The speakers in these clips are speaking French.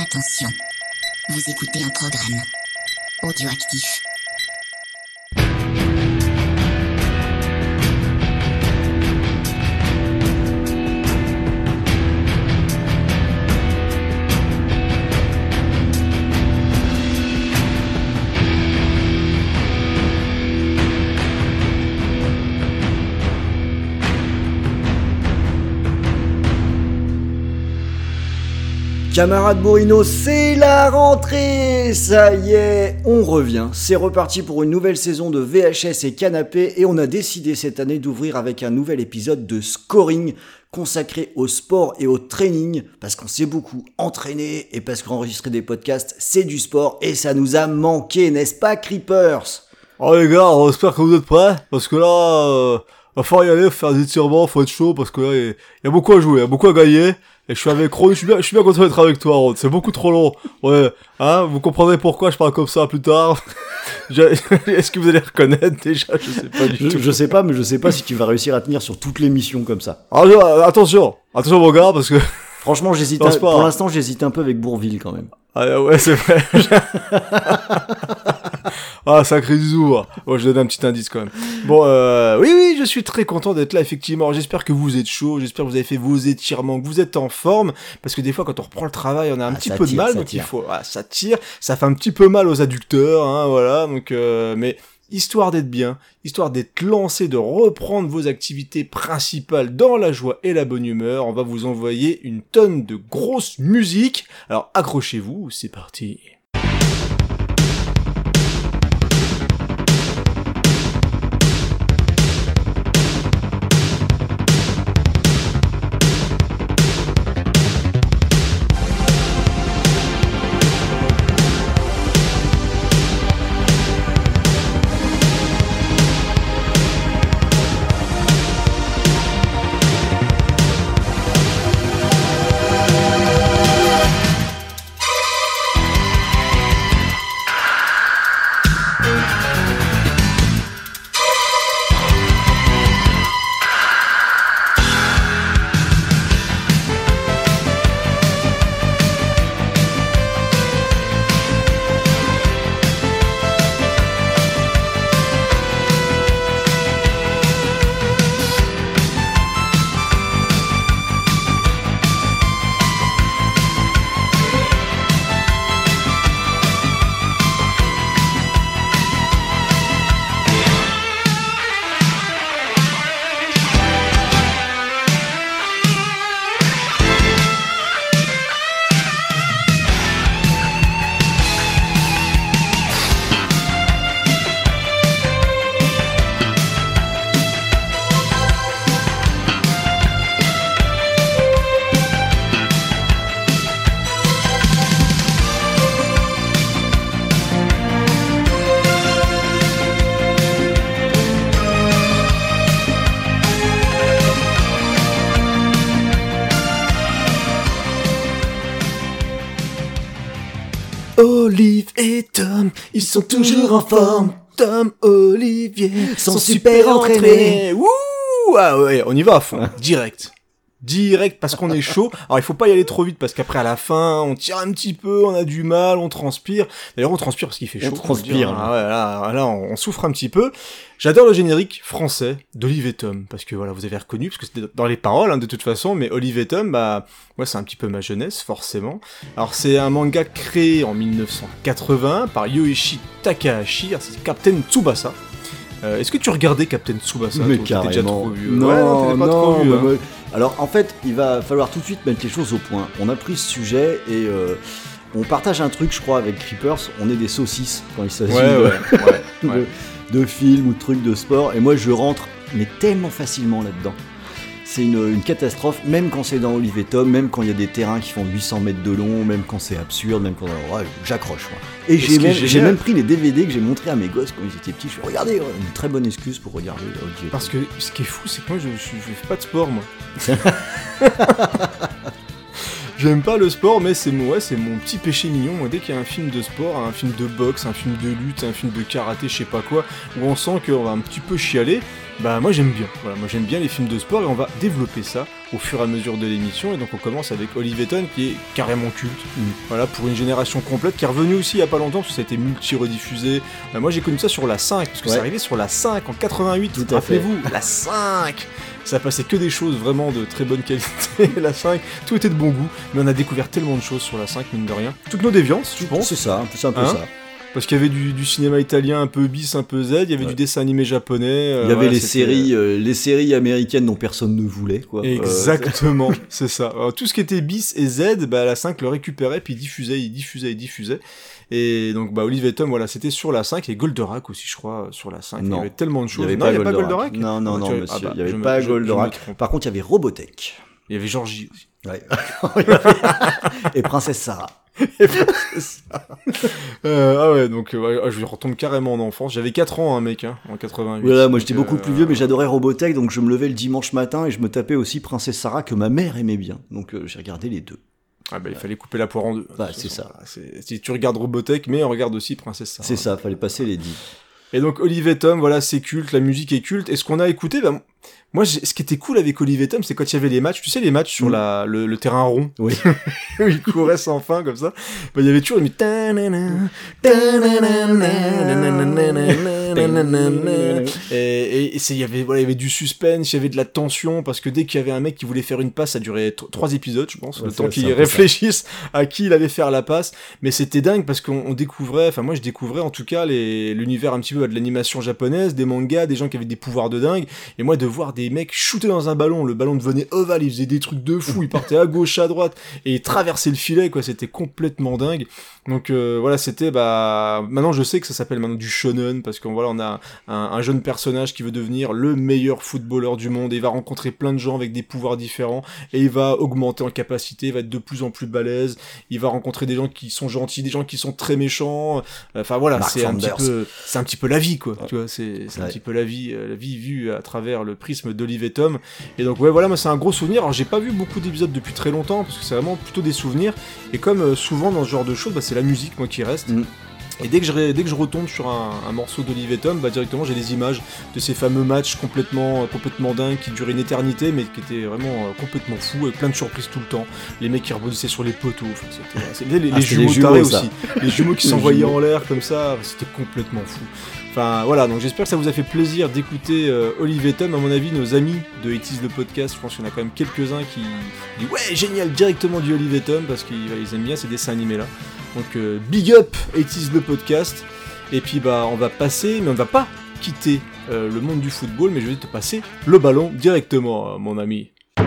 Attention, vous écoutez un programme audioactif. Camarades Bourrino, c'est la rentrée. Ça y est, on revient. C'est reparti pour une nouvelle saison de VHS et Canapé et on a décidé cette année d'ouvrir avec un nouvel épisode de Scoring consacré au sport et au training parce qu'on s'est beaucoup entraîné et parce qu'enregistrer des podcasts, c'est du sport et ça nous a manqué, n'est-ce pas, Creepers ? Oh les gars, on espère que vous êtes prêts parce que là, va falloir y aller, faire des étirements, faut être chaud parce que là, il y a beaucoup à jouer, il y a beaucoup à gagner. Et je suis avec Ron, je suis bien content d'être avec toi, Ron. C'est beaucoup trop long. Ouais, hein, vous comprendrez pourquoi je parle comme ça plus tard. Est-ce que vous allez reconnaître déjà? Je sais pas du tout. Je sais pas, mais je sais pas si tu vas réussir à tenir sur toute l'émission comme ça. Alors, attention mon gars, parce que... Franchement, pour l'instant, j'hésite un peu avec Bourvil quand même. Ah ouais, c'est vrai. Ah, sacré Zizou. Bon, je donne un petit indice quand même. Bon, oui, je suis très content d'être là, effectivement. J'espère que vous êtes chaud, j'espère que vous avez fait vos étirements, que vous êtes en forme, parce que des fois, quand on reprend le travail, on a un petit peu de mal, donc il faut... Ah, ça tire, ça fait un petit peu mal aux adducteurs, hein, voilà, donc... Mais... Histoire d'être bien, histoire d'être lancé, de reprendre vos activités principales dans la joie et la bonne humeur, on va vous envoyer une tonne de grosse musique. Alors accrochez-vous, c'est parti. Olive et Tom, ils sont toujours en forme. Tom, Olivier sont super entraînés. Wouh! Ah ouais, on y va à fond, direct parce qu'on est chaud. Alors il faut pas y aller trop vite parce qu'après à la fin on tire un petit peu, on a du mal, on transpire. D'ailleurs on transpire parce qu'il fait chaud. On transpire. Ah ouais, là on souffre un petit peu. J'adore le générique français d'Olive et Tom parce que voilà, vous avez reconnu parce que c'était dans les paroles hein, de toute façon, mais Olive et Tom, bah moi c'est un petit peu ma jeunesse forcément. Alors c'est un manga créé en 1980 par Yoichi Takahashi, c'est Captain Tsubasa. Est-ce que tu regardais Captain Tsubasa? Mais toi, carrément. T'étais déjà trop vieux. Non, t'étais pas trop vieux. Hein. Alors en fait, il va falloir tout de suite mettre les choses au point. On a pris ce sujet et on partage un truc, je crois, avec Creepers. On est des saucisses quand il s'agit de films ou de trucs de sport. Et moi, je rentre mais tellement facilement là-dedans. C'est une catastrophe, même quand c'est dans Olive et Tom, même quand il y a des terrains qui font 800 mètres de long, même quand c'est absurde, même quand... Ouais, j'accroche, moi. Et j'ai même pris les DVD que j'ai montrés à mes gosses quand ils étaient petits. Je fais, regardez, une très bonne excuse pour regarder Olive et Tom. Parce que ce qui est fou, c'est que moi, je fais pas de sport, moi. J'aime pas le sport, mais c'est mon petit péché mignon. Moi, dès qu'il y a un film de sport, un film de boxe, un film de lutte, un film de karaté, je sais pas quoi, où on sent qu'on va un petit peu chialer, bah moi j'aime bien. Voilà, moi j'aime bien les films de sport et on va développer ça au fur et à mesure de l'émission. Et donc on commence avec Olive Tom qui est carrément culte. Voilà, pour une génération complète, qui est revenue aussi il y a pas longtemps, parce que ça a été multi-rediffusé. Moi j'ai connu ça sur la 5, parce que c'est arrivé sur la 5 en 88, rappelez-vous, la 5. Ça passait que des choses vraiment de très bonne qualité, la 5, tout était de bon goût, mais on a découvert tellement de choses sur la 5, mine de rien. Toutes nos déviances, je pense. C'est ça, c'est un peu ça. Parce qu'il y avait du cinéma italien un peu bis, un peu Z, il y avait du dessin animé japonais. Il y avait les séries américaines dont personne ne voulait, quoi. Exactement, c'est ça. Alors, tout ce qui était bis et Z, la 5 le récupérait, puis il diffusait. Et donc, Olive Tom, voilà, c'était sur la 5, et Goldorak aussi, je crois, sur la 5. Non. Il y avait tellement de choses. Il n'y avait pas Goldorak. Non, monsieur, il n'y avait pas Goldorak. Par contre, il y avait Robotech. Il y avait Georgie aussi. Ouais. Et Princesse Sarah. Je retombe carrément en enfance. J'avais 4 ans, mec, en 88. Voilà, moi j'étais beaucoup plus vieux, mais j'adorais Robotech, donc je me levais le dimanche matin et je me tapais aussi Princesse Sarah que ma mère aimait bien. Donc j'ai regardé les deux. Il fallait couper la poire en deux. C'est ça. Si tu regardes Robotech, mais on regarde aussi Princesse Sarah. C'est ça, fallait passer les 10. Et donc Olive Tom, voilà, c'est culte, la musique est culte. Et ce qu'on a écouté, moi, ce qui était cool avec Olive Tom, c'est quand il y avait les matchs, tu sais, les matchs sur le terrain rond. Oui. Où il courait sans fin, comme ça. Il y avait toujours et il y avait du suspense, il y avait de la tension, parce que dès qu'il y avait un mec qui voulait faire une passe, ça durait 3 épisodes, je pense, le temps qu'il réfléchisse à qui il allait faire la passe. Mais c'était dingue, parce qu'on découvrait, moi je découvrais en tout cas l'univers un petit peu de l'animation japonaise, des mangas, des gens qui avaient des pouvoirs de dingue, et moi de voir des mecs shooter dans un ballon, le ballon devenait ovale, il faisait des trucs de fou, il partait à gauche, à droite, et il traversait le filet, quoi, c'était complètement dingue. Donc voilà, c'était maintenant je sais que ça s'appelle maintenant du shonen, parce qu'on on a un jeune personnage qui veut devenir le meilleur footballeur du monde, et il va rencontrer plein de gens avec des pouvoirs différents, et il va augmenter en capacité, il va être de plus en plus balèze, il va rencontrer des gens qui sont gentils, des gens qui sont très méchants, c'est un petit peu la vie, quoi, tu vois, c'est un petit peu la vie vue à travers le prisme d'Olive Tom. Et donc moi c'est un gros souvenir. Alors j'ai pas vu beaucoup d'épisodes depuis très longtemps, parce que c'est vraiment plutôt des souvenirs, et comme souvent dans ce genre de choses, c'est la musique, moi, qui reste. Et dès que je retombe sur un morceau d'Olive Tom, directement j'ai les images de ces fameux matchs complètement dingues qui duraient une éternité, mais qui étaient vraiment complètement fous, avec plein de surprises tout le temps. Les mecs qui rebondissaient sur les poteaux, c'était les jumeaux tarés aussi. Les jumeaux qui s'envoyaient en l'air comme ça, c'était complètement fou. Enfin voilà, donc j'espère que ça vous a fait plaisir d'écouter Olive Tom. À mon avis, nos amis de It Is le podcast, je pense qu'il y en a quand même quelques-uns qui disent ouais, génial, directement du Olive Tom, parce qu'ils aiment bien ces dessins animés là. Donc big up It Is le podcast. Et puis on va passer, mais on va pas quitter le monde du football, mais je vais te passer le ballon directement, mon ami.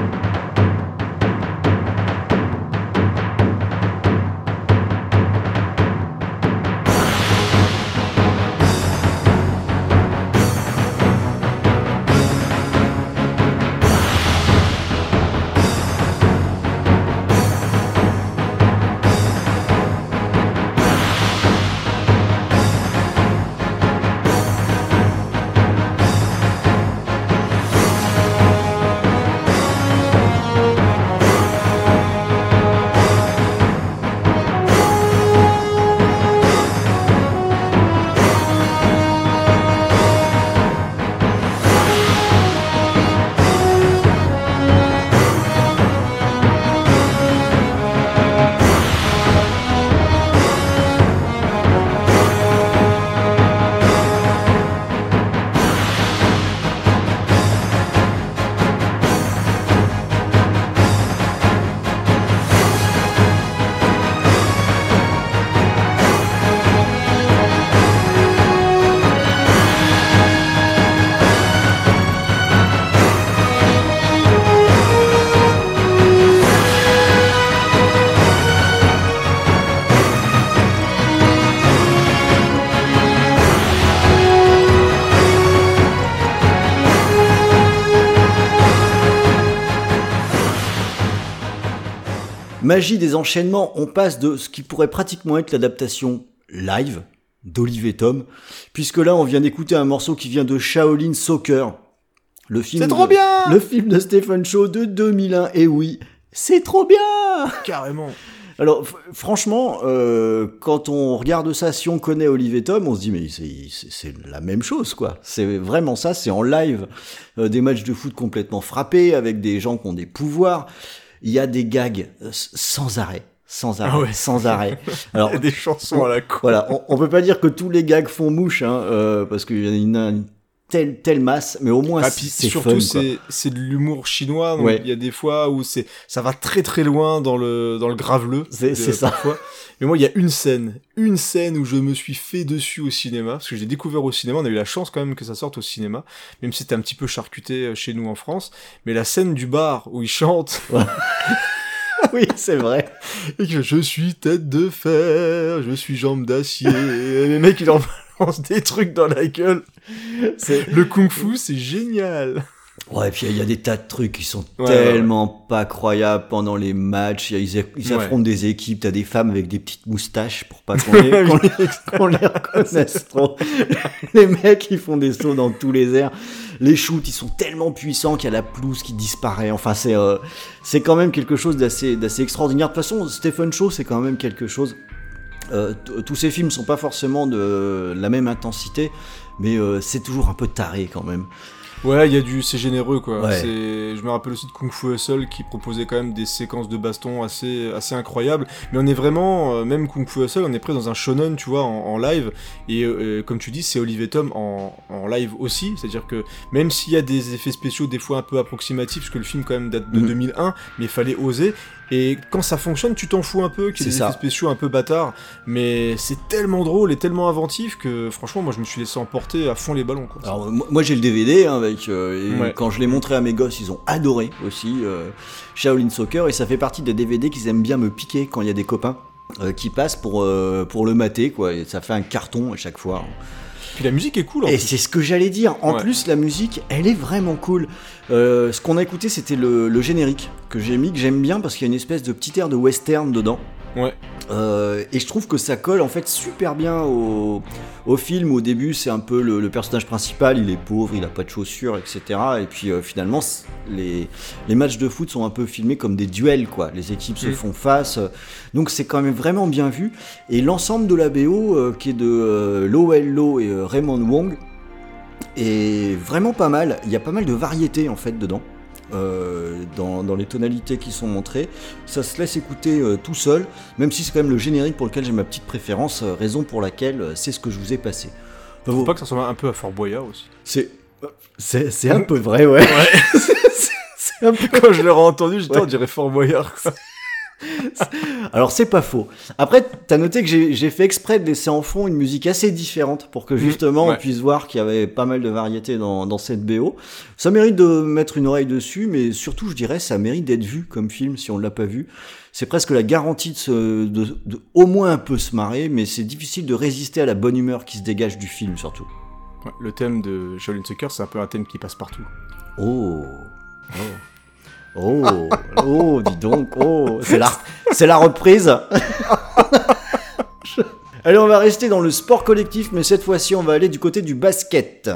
Magie des enchaînements, on passe de ce qui pourrait pratiquement être l'adaptation live d'Olive Tom, puisque là on vient d'écouter un morceau qui vient de Shaolin Soccer, le film de Stephen Chow de 2001, et oui, c'est trop bien. Carrément. Alors, franchement, quand on regarde ça, si on connaît Olive et Tom, on se dit, mais c'est la même chose, quoi. C'est vraiment ça, c'est en live, des matchs de foot complètement frappés, avec des gens qui ont des pouvoirs. Il y a des gags sans arrêt. Ah ouais. Sans arrêt. Alors, il y a des chansons à la con. Voilà, on peut pas dire que tous les gags font mouche, parce qu'il y en a une telle masse, mais au moins c'est surtout fun, c'est de l'humour chinois, donc ouais. il y a des fois où ça va très très loin dans le graveleux. C'est ça. Parfois. Mais moi il y a une scène où je me suis fait dessus au cinéma, parce que j'ai découvert au cinéma, on a eu la chance quand même que ça sorte au cinéma, même si c'était un petit peu charcuté chez nous en France, mais la scène du bar où ils chantent. Ouais. Oui, c'est vrai. Et que je suis tête de fer, je suis jambe d'acier. Et les mecs, ils en balancent des trucs dans la gueule. Le kung-fu, c'est génial. Ouais, et puis il y a des tas de trucs qui sont tellement pas croyables pendant les matchs. Ils affrontent des équipes, t'as des femmes avec des petites moustaches pour pas qu'on les reconnaisse trop. Les mecs, ils font des sauts dans tous les airs. Les shoots, ils sont tellement puissants qu'il y a la pelouse qui disparaît. Enfin, c'est quand même quelque chose d'assez extraordinaire. De toute façon, Stephen Chow, c'est quand même quelque chose. Tous ces films sont pas forcément de la même intensité, mais c'est toujours un peu taré quand même. Ouais, c'est généreux quoi. Ouais. Je me rappelle aussi de Kung Fu Hustle qui proposait quand même des séquences de baston assez incroyables. Mais on est vraiment, même Kung Fu Hustle, on est presque dans un shonen, tu vois, en live. Et comme tu dis, c'est Olive et Tom en live aussi. C'est-à-dire que même s'il y a des effets spéciaux des fois un peu approximatifs, parce que le film quand même date de 2001, mais il fallait oser. Et quand ça fonctionne, tu t'en fous un peu, qu'il y ait des effets spéciaux un peu bâtards, mais c'est tellement drôle et tellement inventif que franchement, moi je me suis laissé emporter à fond les ballons, quoi. Alors moi j'ai le DVD avec, quand je l'ai montré à mes gosses, ils ont adoré aussi Shaolin Soccer, et ça fait partie des DVD qu'ils aiment bien me piquer quand il y a des copains qui passent pour le mater, quoi, et ça fait un carton à chaque fois. Puis la musique est cool. Et c'est ce que j'allais dire. En plus, la musique, elle est vraiment cool. Ce qu'on a écouté, c'était le générique que j'aime bien parce qu'il y a une espèce de petit air de western dedans. Ouais. Et je trouve que ça colle en fait super bien au film. Au début, c'est un peu le personnage principal, il est pauvre, il a pas de chaussures, etc. Et puis finalement, les matchs de foot sont un peu filmés comme des duels, quoi. Les équipes se font face. Donc c'est quand même vraiment bien vu. Et l'ensemble de la BO, qui est de Lowell Low et Raymond Wong, est vraiment pas mal. Il y a pas mal de variétés en fait dedans. Dans les tonalités qui sont montrées, ça se laisse écouter tout seul, même si c'est quand même le générique pour lequel j'ai ma petite préférence, raison pour laquelle c'est ce que je vous ai passé. Faut pas que ça ressemble un peu à Fort Boyard aussi. C'est un peu vrai, ouais. C'est un peu... Quand je l'ai entendu, j'étais on dirait Fort Boyard, quoi. Alors c'est pas faux. Après t'as noté que j'ai fait exprès de laisser en fond une musique assez différente pour que justement on puisse voir qu'il y avait pas mal de variétés dans cette BO. Ça mérite de mettre une oreille dessus, mais surtout je dirais ça mérite d'être vu comme film si on l'a pas vu. C'est presque la garantie de au moins un peu se marrer, mais c'est difficile de résister à la bonne humeur qui se dégage du film surtout. Ouais, le thème de Shaolin Soccer, c'est un peu un thème qui passe partout. Oh, dis donc, c'est la reprise. Allez, on va rester dans le sport collectif, mais cette fois-ci, on va aller du côté du basket.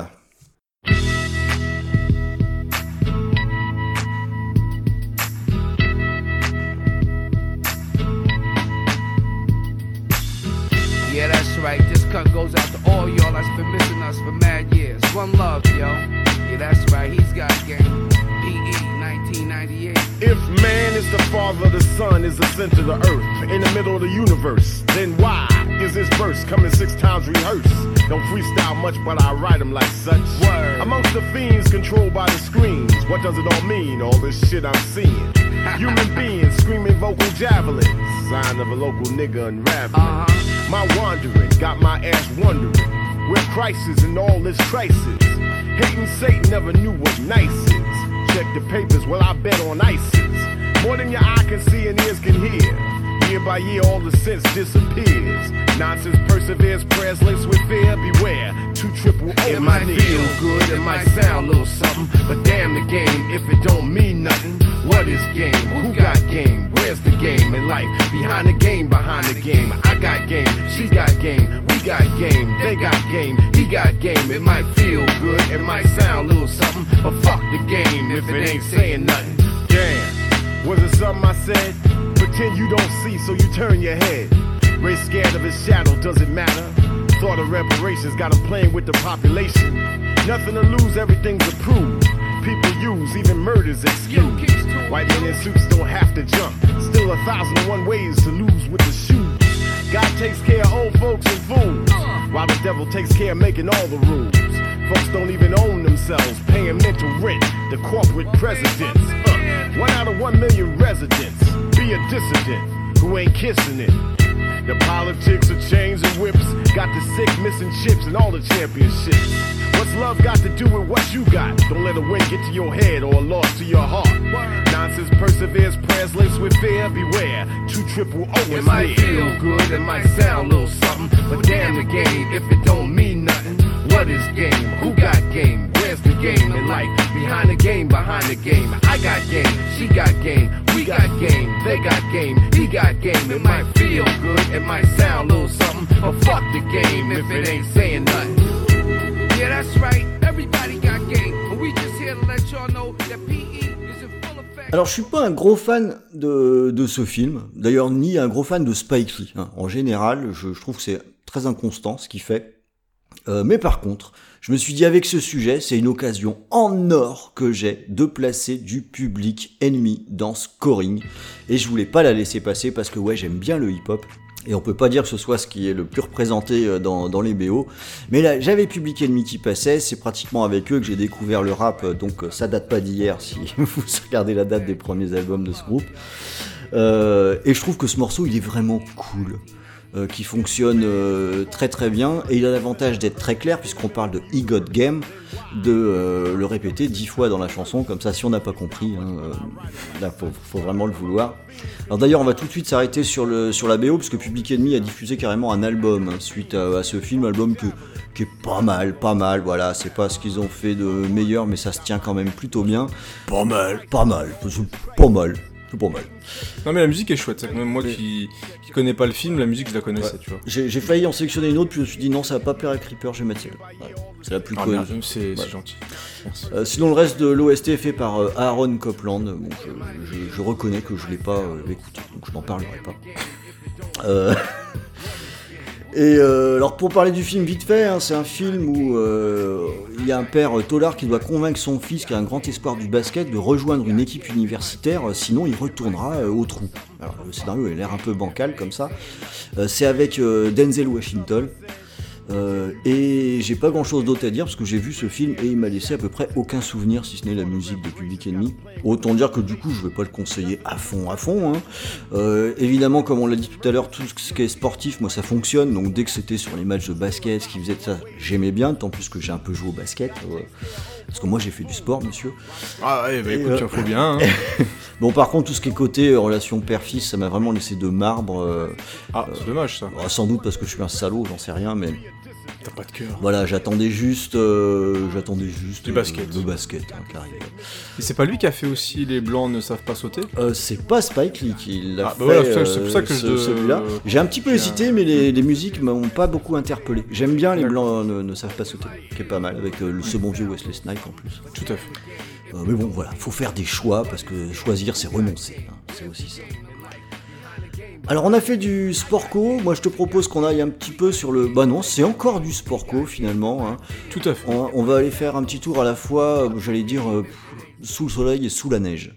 Yeah, that's right. This cut goes out to all y'all that's been missing us for mad years. One love, yo. Yeah, that's right. He's got game. PE 1998. If man is the father, the sun is the center of the earth, in the middle of the universe, then why is this verse coming 6 times rehearsed? Don't freestyle much, but I write them like such. Word. Amongst the fiends controlled by the screens, what does it all mean, all this shit I'm seeing? Human beings screaming vocal javelins, sign of a local nigga unraveling. My wandering got my ass wondering, where Christ is in all this crisis. Hating Satan never knew what nice is. Check the papers, well I bet on ISIS. More than your eye can see and ears can hear. Year by year all the sense disappears. Nonsense perseveres, prayers laced with fear. Beware, 2 triple O. It might feel good, it might sound a little something, but damn the game if it don't mean nothing. What is game? Who got game? Where's the game in life? Behind the game, behind the game. I got game, she got game, we got game, they got game, he got game. It might feel good, it might sound a little something, but fuck the game if it ain't saying nothing. Damn, was it something I said? Pretend you don't see, so you turn your head. Ray scared of his shadow, does it matter? Thought of reparations, got him playing with the population. Nothing to lose, everything's approved. People use, even murders excuse. White men in suits don't have to jump. Still 1,001 ways to lose with the shoes. God takes care of old folks and fools, while the devil takes care of making all the rules. Folks don't even own themselves, paying mental rent to corporate presidents. 1 out of 1 million residents. Be a dissident who ain't kissing it. The politics of chains and whips got the sick missing chips and all the championships. What's love got to do with what you got? Don't let a win get to your head or a loss to your heart. Nonsense perseveres, prayers laced with fear. Beware, 2 triple O is It might feel good, it might sound a little something, but damn the game if it don't mean nothing. What is game? Who got game? Where's the game in life? Behind the game, behind the game. I got game, she got game, we got game, they got game, he got game. It might feel good, it might sound a little something, but fuck the game if it ain't saying nothing. Yeah, that's right, everybody got game, but we just here to let y'all know that PE is in full effect. Alors je suis pas un gros fan de ce film, d'ailleurs ni un gros fan de Spike Lee. Hein. En général, je trouve que c'est très inconstant ce qu'il fait. Mais par contre, je me suis dit avec ce sujet, c'est une occasion en or que j'ai de placer du Public Enemy dans Scoring. Et je voulais pas la laisser passer parce que ouais, j'aime bien le hip-hop. Et on peut pas dire que ce soit ce qui est le plus représenté dans les BO. Mais là, j'avais Public Enemy qui passait, c'est pratiquement avec eux que j'ai découvert le rap, donc ça date pas d'hier si vous regardez la date des premiers albums de ce groupe. Et je trouve que ce morceau, il est vraiment cool. Qui fonctionne très très bien, et il a l'avantage d'être très clair puisqu'on parle de He Got Game, de le répéter 10 fois dans la chanson, comme ça si on n'a pas compris, là faut vraiment le vouloir. Alors d'ailleurs on va tout de suite s'arrêter sur la BO, parce que Public Enemy a diffusé carrément un album suite à ce film, album qui est pas mal, voilà, c'est pas ce qu'ils ont fait de meilleur, mais ça se tient quand même plutôt bien. Pas mal. Non mais la musique est chouette, même moi qui connais pas le film, la musique je la connaissais, tu vois. J'ai failli en sélectionner une autre, puis je me suis dit non, ça va pas plaire à Creeper, je vais mettre celle-là. Ouais, c'est la plus connue. C'est gentil. Merci. Sinon le reste de l'OST est fait par Aaron Copland. Bon, je reconnais que je l'ai pas écouté, donc je n'en parlerai pas. Alors pour parler du film vite fait, c'est un film où il y a un père tolard qui doit convaincre son fils, qui a un grand espoir du basket, de rejoindre une équipe universitaire, sinon il retournera au trou. Alors le scénario a l'air un peu bancal comme ça. C'est avec Denzel Washington. Et j'ai pas grand chose d'autre à dire parce que j'ai vu ce film et il m'a laissé à peu près aucun souvenir, si ce n'est la musique de Public Enemy. Autant dire que du coup je vais pas le conseiller à fond. Évidemment, comme on l'a dit tout à l'heure, tout ce qui est sportif, moi ça fonctionne, donc dès que c'était sur les matchs de basket, ce qui faisait de ça, j'aimais bien, tant plus que j'ai un peu joué au basket, parce que moi j'ai fait du sport, monsieur. Ah ouais, bah écoute, tu en fais bien. Bon, par contre, tout ce qui est côté relation père-fils, ça m'a vraiment laissé de marbre. C'est dommage ça. Sans doute parce que je suis un salaud, j'en sais rien, mais... T'as pas de cœur. Voilà, j'attendais juste du basket. Le basket, qui arrive. Et c'est pas lui qui a fait aussi Les Blancs ne savent pas sauter c'est pas Spike Lee qui l'a fait. Voilà, c'est pour ça que celui-là. J'ai un petit peu hésité, mais les musiques m'ont pas beaucoup interpellé. J'aime bien Les Blancs ne savent pas sauter, qui est pas mal, avec ce bon vieux Wesley Snipes en plus. Tout à fait. Mais bon, voilà, faut faire des choix, parce que choisir c'est renoncer, c'est aussi ça. Alors on a fait du sport-co, moi je te propose qu'on aille un petit peu sur le... Bah non, c'est encore du sport-co finalement. Tout à fait. On va aller faire un petit tour à la fois, j'allais dire, sous le soleil et sous la neige.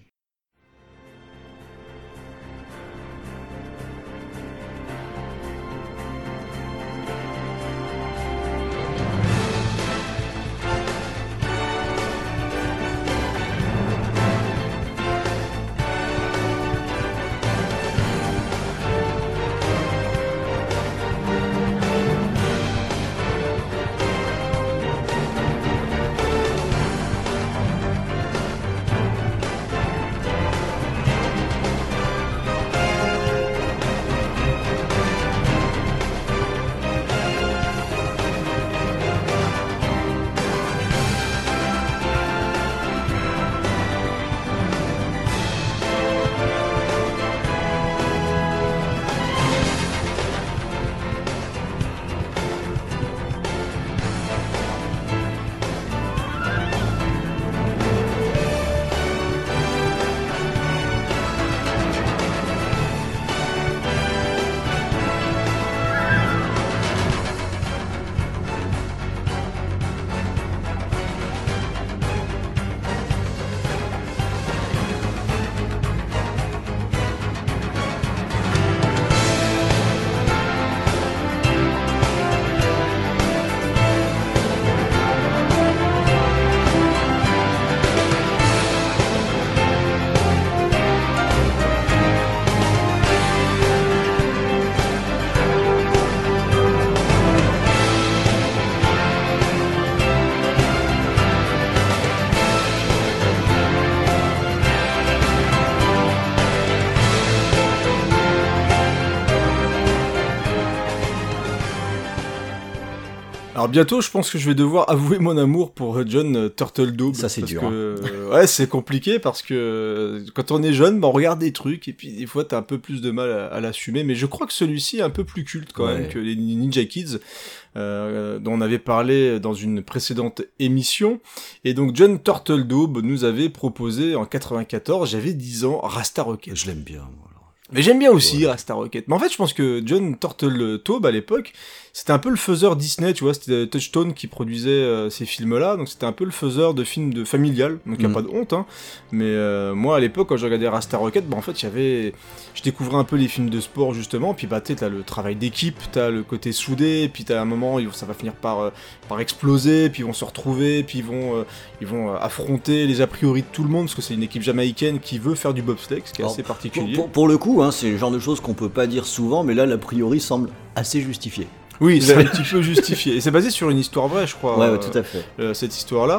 Alors bientôt, je pense que je vais devoir avouer mon amour pour John Turtledove. Ça, c'est dur. Ouais, c'est compliqué parce que quand on est jeune, on regarde des trucs et puis des fois t'as un peu plus de mal à l'assumer. Mais je crois que celui-ci est un peu plus culte quand même que les Ninja Kids, dont on avait parlé dans une précédente émission. Et donc John Turtledove nous avait proposé en 94, j'avais 10 ans, Rasta Rocket. Je l'aime bien, moi. Mais j'aime bien aussi Rasta Rocket. Mais en fait, je pense que John Turtledove, à l'époque, c'était un peu le faiseur Disney, tu vois, c'était Touchstone qui produisait ces films-là, donc c'était un peu le faiseur de films de familial, donc y a pas de honte, hein. Mais moi, à l'époque, quand je regardais Rasta Rocket, en fait, je découvrais un peu les films de sport, justement, puis t'as le travail d'équipe, t'as le côté soudé, puis t'as un moment, ça va finir par exploser, puis ils vont se retrouver, puis ils vont affronter les a priori de tout le monde, parce que c'est une équipe jamaïcaine qui veut faire du bobsleigh, ce qui est assez particulier. Pour le coup, hein, c'est le genre de choses qu'on peut pas dire souvent, mais là, l'a priori semble assez justifié. Oui, c'est un petit peu justifié. Et c'est basé sur une histoire vraie, je crois. Ouais, tout à fait. Cette histoire-là.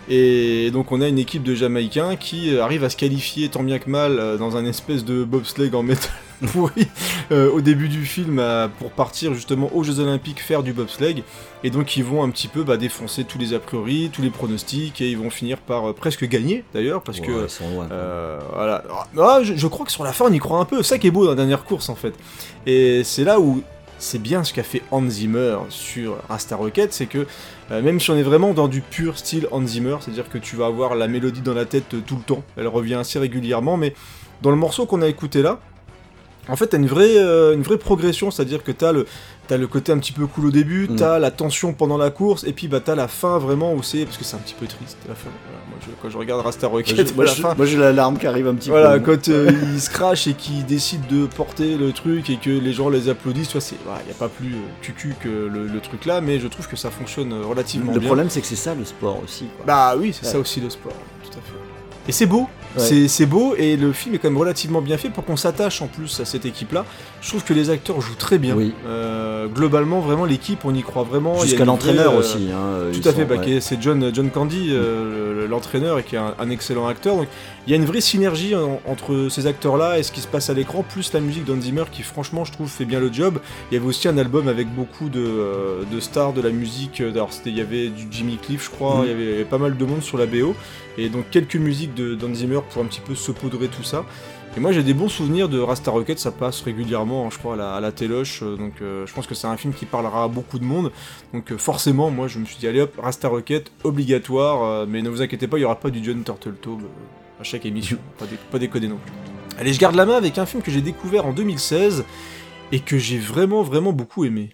Et donc on a une équipe de Jamaïcains qui arrive à se qualifier tant bien que mal dans un espèce de bobsleigh en métal pourri au début du film pour partir justement aux Jeux Olympiques faire du bobsleigh. Et donc ils vont un petit peu défoncer tous les a priori, tous les pronostics, et ils vont finir par presque gagner d'ailleurs, parce que ils sont loin, voilà. Ah, je crois que sur la fin on y croit un peu. C'est ça qui est beau dans la dernière course en fait. Et c'est là où c'est bien ce qu'a fait Hans Zimmer sur Rasta Rocket, c'est que même si on est vraiment dans du pur style Hans Zimmer, c'est-à-dire que tu vas avoir la mélodie dans la tête tout le temps, elle revient assez régulièrement, mais dans le morceau qu'on a écouté là, en fait t'as une vraie progression, c'est-à-dire que t'as le côté un petit peu cool au début, t'as la tension pendant la course, et puis t'as la fin vraiment où c'est, parce que c'est un petit peu triste la fin. Voilà, quand je regarde Rasta Rocket, moi j'ai la larme qui arrive un petit peu. Voilà, quand ils se crachent et qu'ils décident de porter le truc et que les gens les applaudissent, tu vois, y a pas plus cucu que le truc là, mais je trouve que ça fonctionne relativement bien. Le problème c'est que c'est ça le sport aussi, quoi. Bah oui, c'est ça aussi le sport, tout à fait. Et c'est beau, c'est beau, et le film est quand même relativement bien fait pour qu'on s'attache en plus à cette équipe-là. Je trouve que les acteurs jouent très bien. Oui. Globalement, vraiment, l'équipe, on y croit vraiment. Jusqu'à l'entraîneur aussi. Hein, tout à fait, c'est John Candy, l'entraîneur, et qui est un excellent acteur. Donc il y a une vraie synergie entre ces acteurs-là et ce qui se passe à l'écran, plus la musique d'Hans Zimmer qui, franchement, je trouve, fait bien le job. Il y avait aussi un album avec beaucoup de stars de la musique. Alors, il y avait du Jimmy Cliff, je crois, il y avait pas mal de monde sur la BO. Et donc quelques musiques d'Hans Zimmer pour un petit peu saupoudrer tout ça. Et moi j'ai des bons souvenirs de Rasta Rocket, ça passe régulièrement, je crois, à la téloche, donc je pense que c'est un film qui parlera à beaucoup de monde. Donc forcément, moi je me suis dit, allez hop, Rasta Rocket, obligatoire, mais ne vous inquiétez pas, il n'y aura pas du John Turtledove à chaque émission, pas déconner non plus. Allez, je garde la main avec un film que j'ai découvert en 2016, et que j'ai vraiment beaucoup aimé.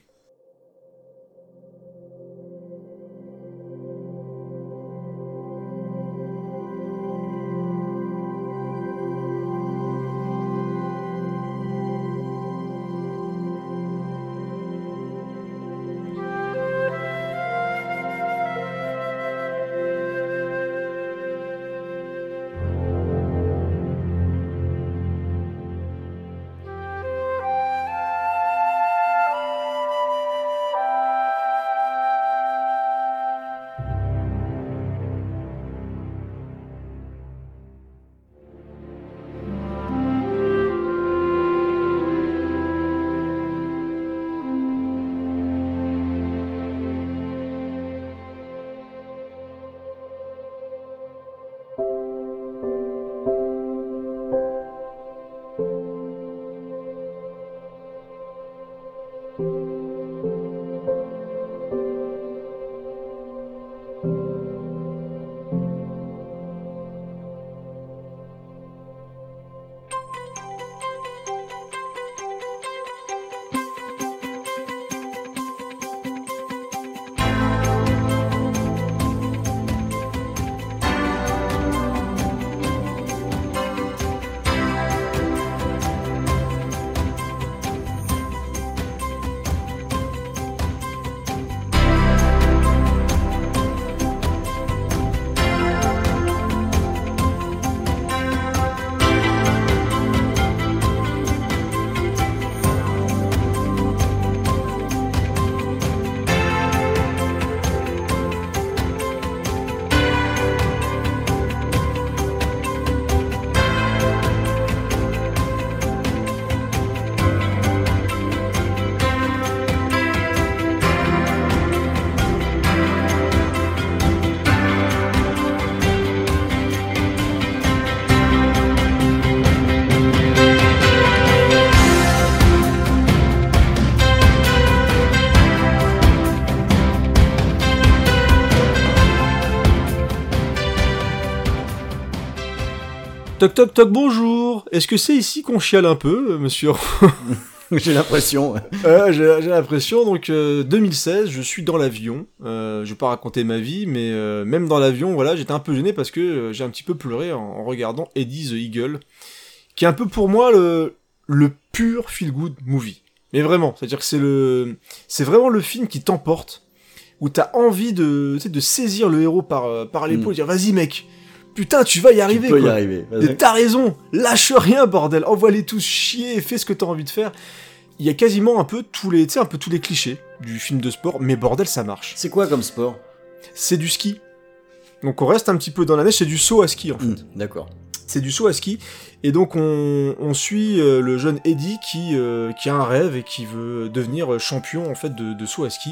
Toc toc toc, bonjour. Est-ce que c'est ici qu'on chiale un peu, monsieur? J'ai l'impression. J'ai l'impression, donc 2016, je suis dans l'avion. Je vais pas raconter ma vie, mais même dans l'avion, voilà, j'étais un peu gêné parce que j'ai un petit peu pleuré en regardant Eddie the Eagle, qui est un peu pour moi le pur feel-good movie. Mais vraiment, c'est-à-dire que c'est vraiment le film qui t'emporte, où t'as envie de saisir le héros par l'épaule et dire vas-y mec. Putain, tu vas y arriver, quoi. Tu peux y arriver. Et t'as raison, lâche rien, bordel, envoie-les tous chier, fais ce que t'as envie de faire. Il y a quasiment un peu tous les clichés du film de sport, mais bordel, ça marche. C'est quoi comme sport? C'est du ski. Donc on reste un petit peu dans la neige, c'est du saut à ski en fait. D'accord. C'est du saut à ski, et donc on suit le jeune Eddie qui a un rêve et qui veut devenir champion en fait de saut à ski.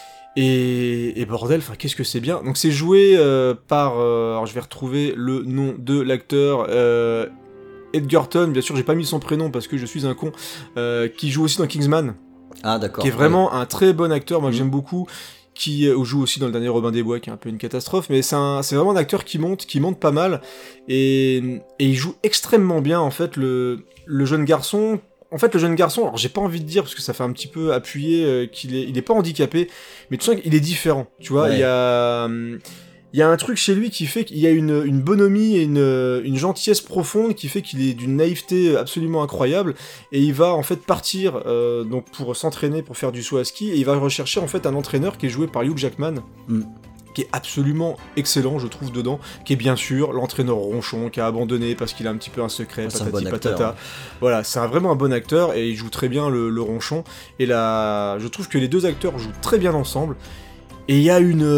Et bordel, enfin qu'est-ce que c'est bien. Donc c'est joué par, alors je vais retrouver le nom de l'acteur, Edgerton, bien sûr j'ai pas mis son prénom parce que je suis un con, qui joue aussi dans Kingsman. Ah d'accord. Qui est vraiment un très bon acteur, moi que j'aime beaucoup, qui joue aussi dans le dernier Robin des Bois, qui est un peu une catastrophe, mais c'est vraiment un acteur qui monte pas mal, et il joue extrêmement bien en fait le jeune garçon. En fait, le jeune garçon, alors j'ai pas envie de dire, parce que ça fait un petit peu appuyer il est pas handicapé, mais tu sens qu'il est différent, tu vois, ouais. Il y a un truc chez lui qui fait qu'il y a une bonhomie et une gentillesse profonde qui fait qu'il est d'une naïveté absolument incroyable, et il va en fait partir donc pour s'entraîner, pour faire du saut à ski, et il va rechercher en fait un entraîneur qui est joué par Hugh Jackman, qui est absolument excellent, je trouve, dedans, qui est bien sûr l'entraîneur ronchon, qui a abandonné parce qu'il a un petit peu un secret, patati bon patata. Acteur, hein. Voilà, c'est vraiment un bon acteur, et il joue très bien le ronchon, et là, je trouve que les deux acteurs jouent très bien ensemble, et il y a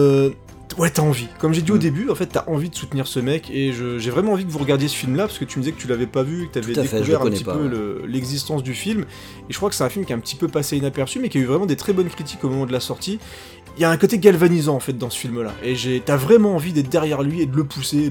ouais, t'as envie. Comme j'ai dit au début, en fait, t'as envie de soutenir ce mec, et j'ai vraiment envie que vous regardiez ce film-là, parce que tu me disais que tu l'avais pas vu, que t'avais découvert un petit peu l'existence du film, et je crois que c'est un film qui est un petit peu passé inaperçu, mais qui a eu vraiment des très bonnes critiques au moment de la sortie. Il y a un côté galvanisant, en fait, dans ce film-là, et t'as vraiment envie d'être derrière lui, et de le pousser,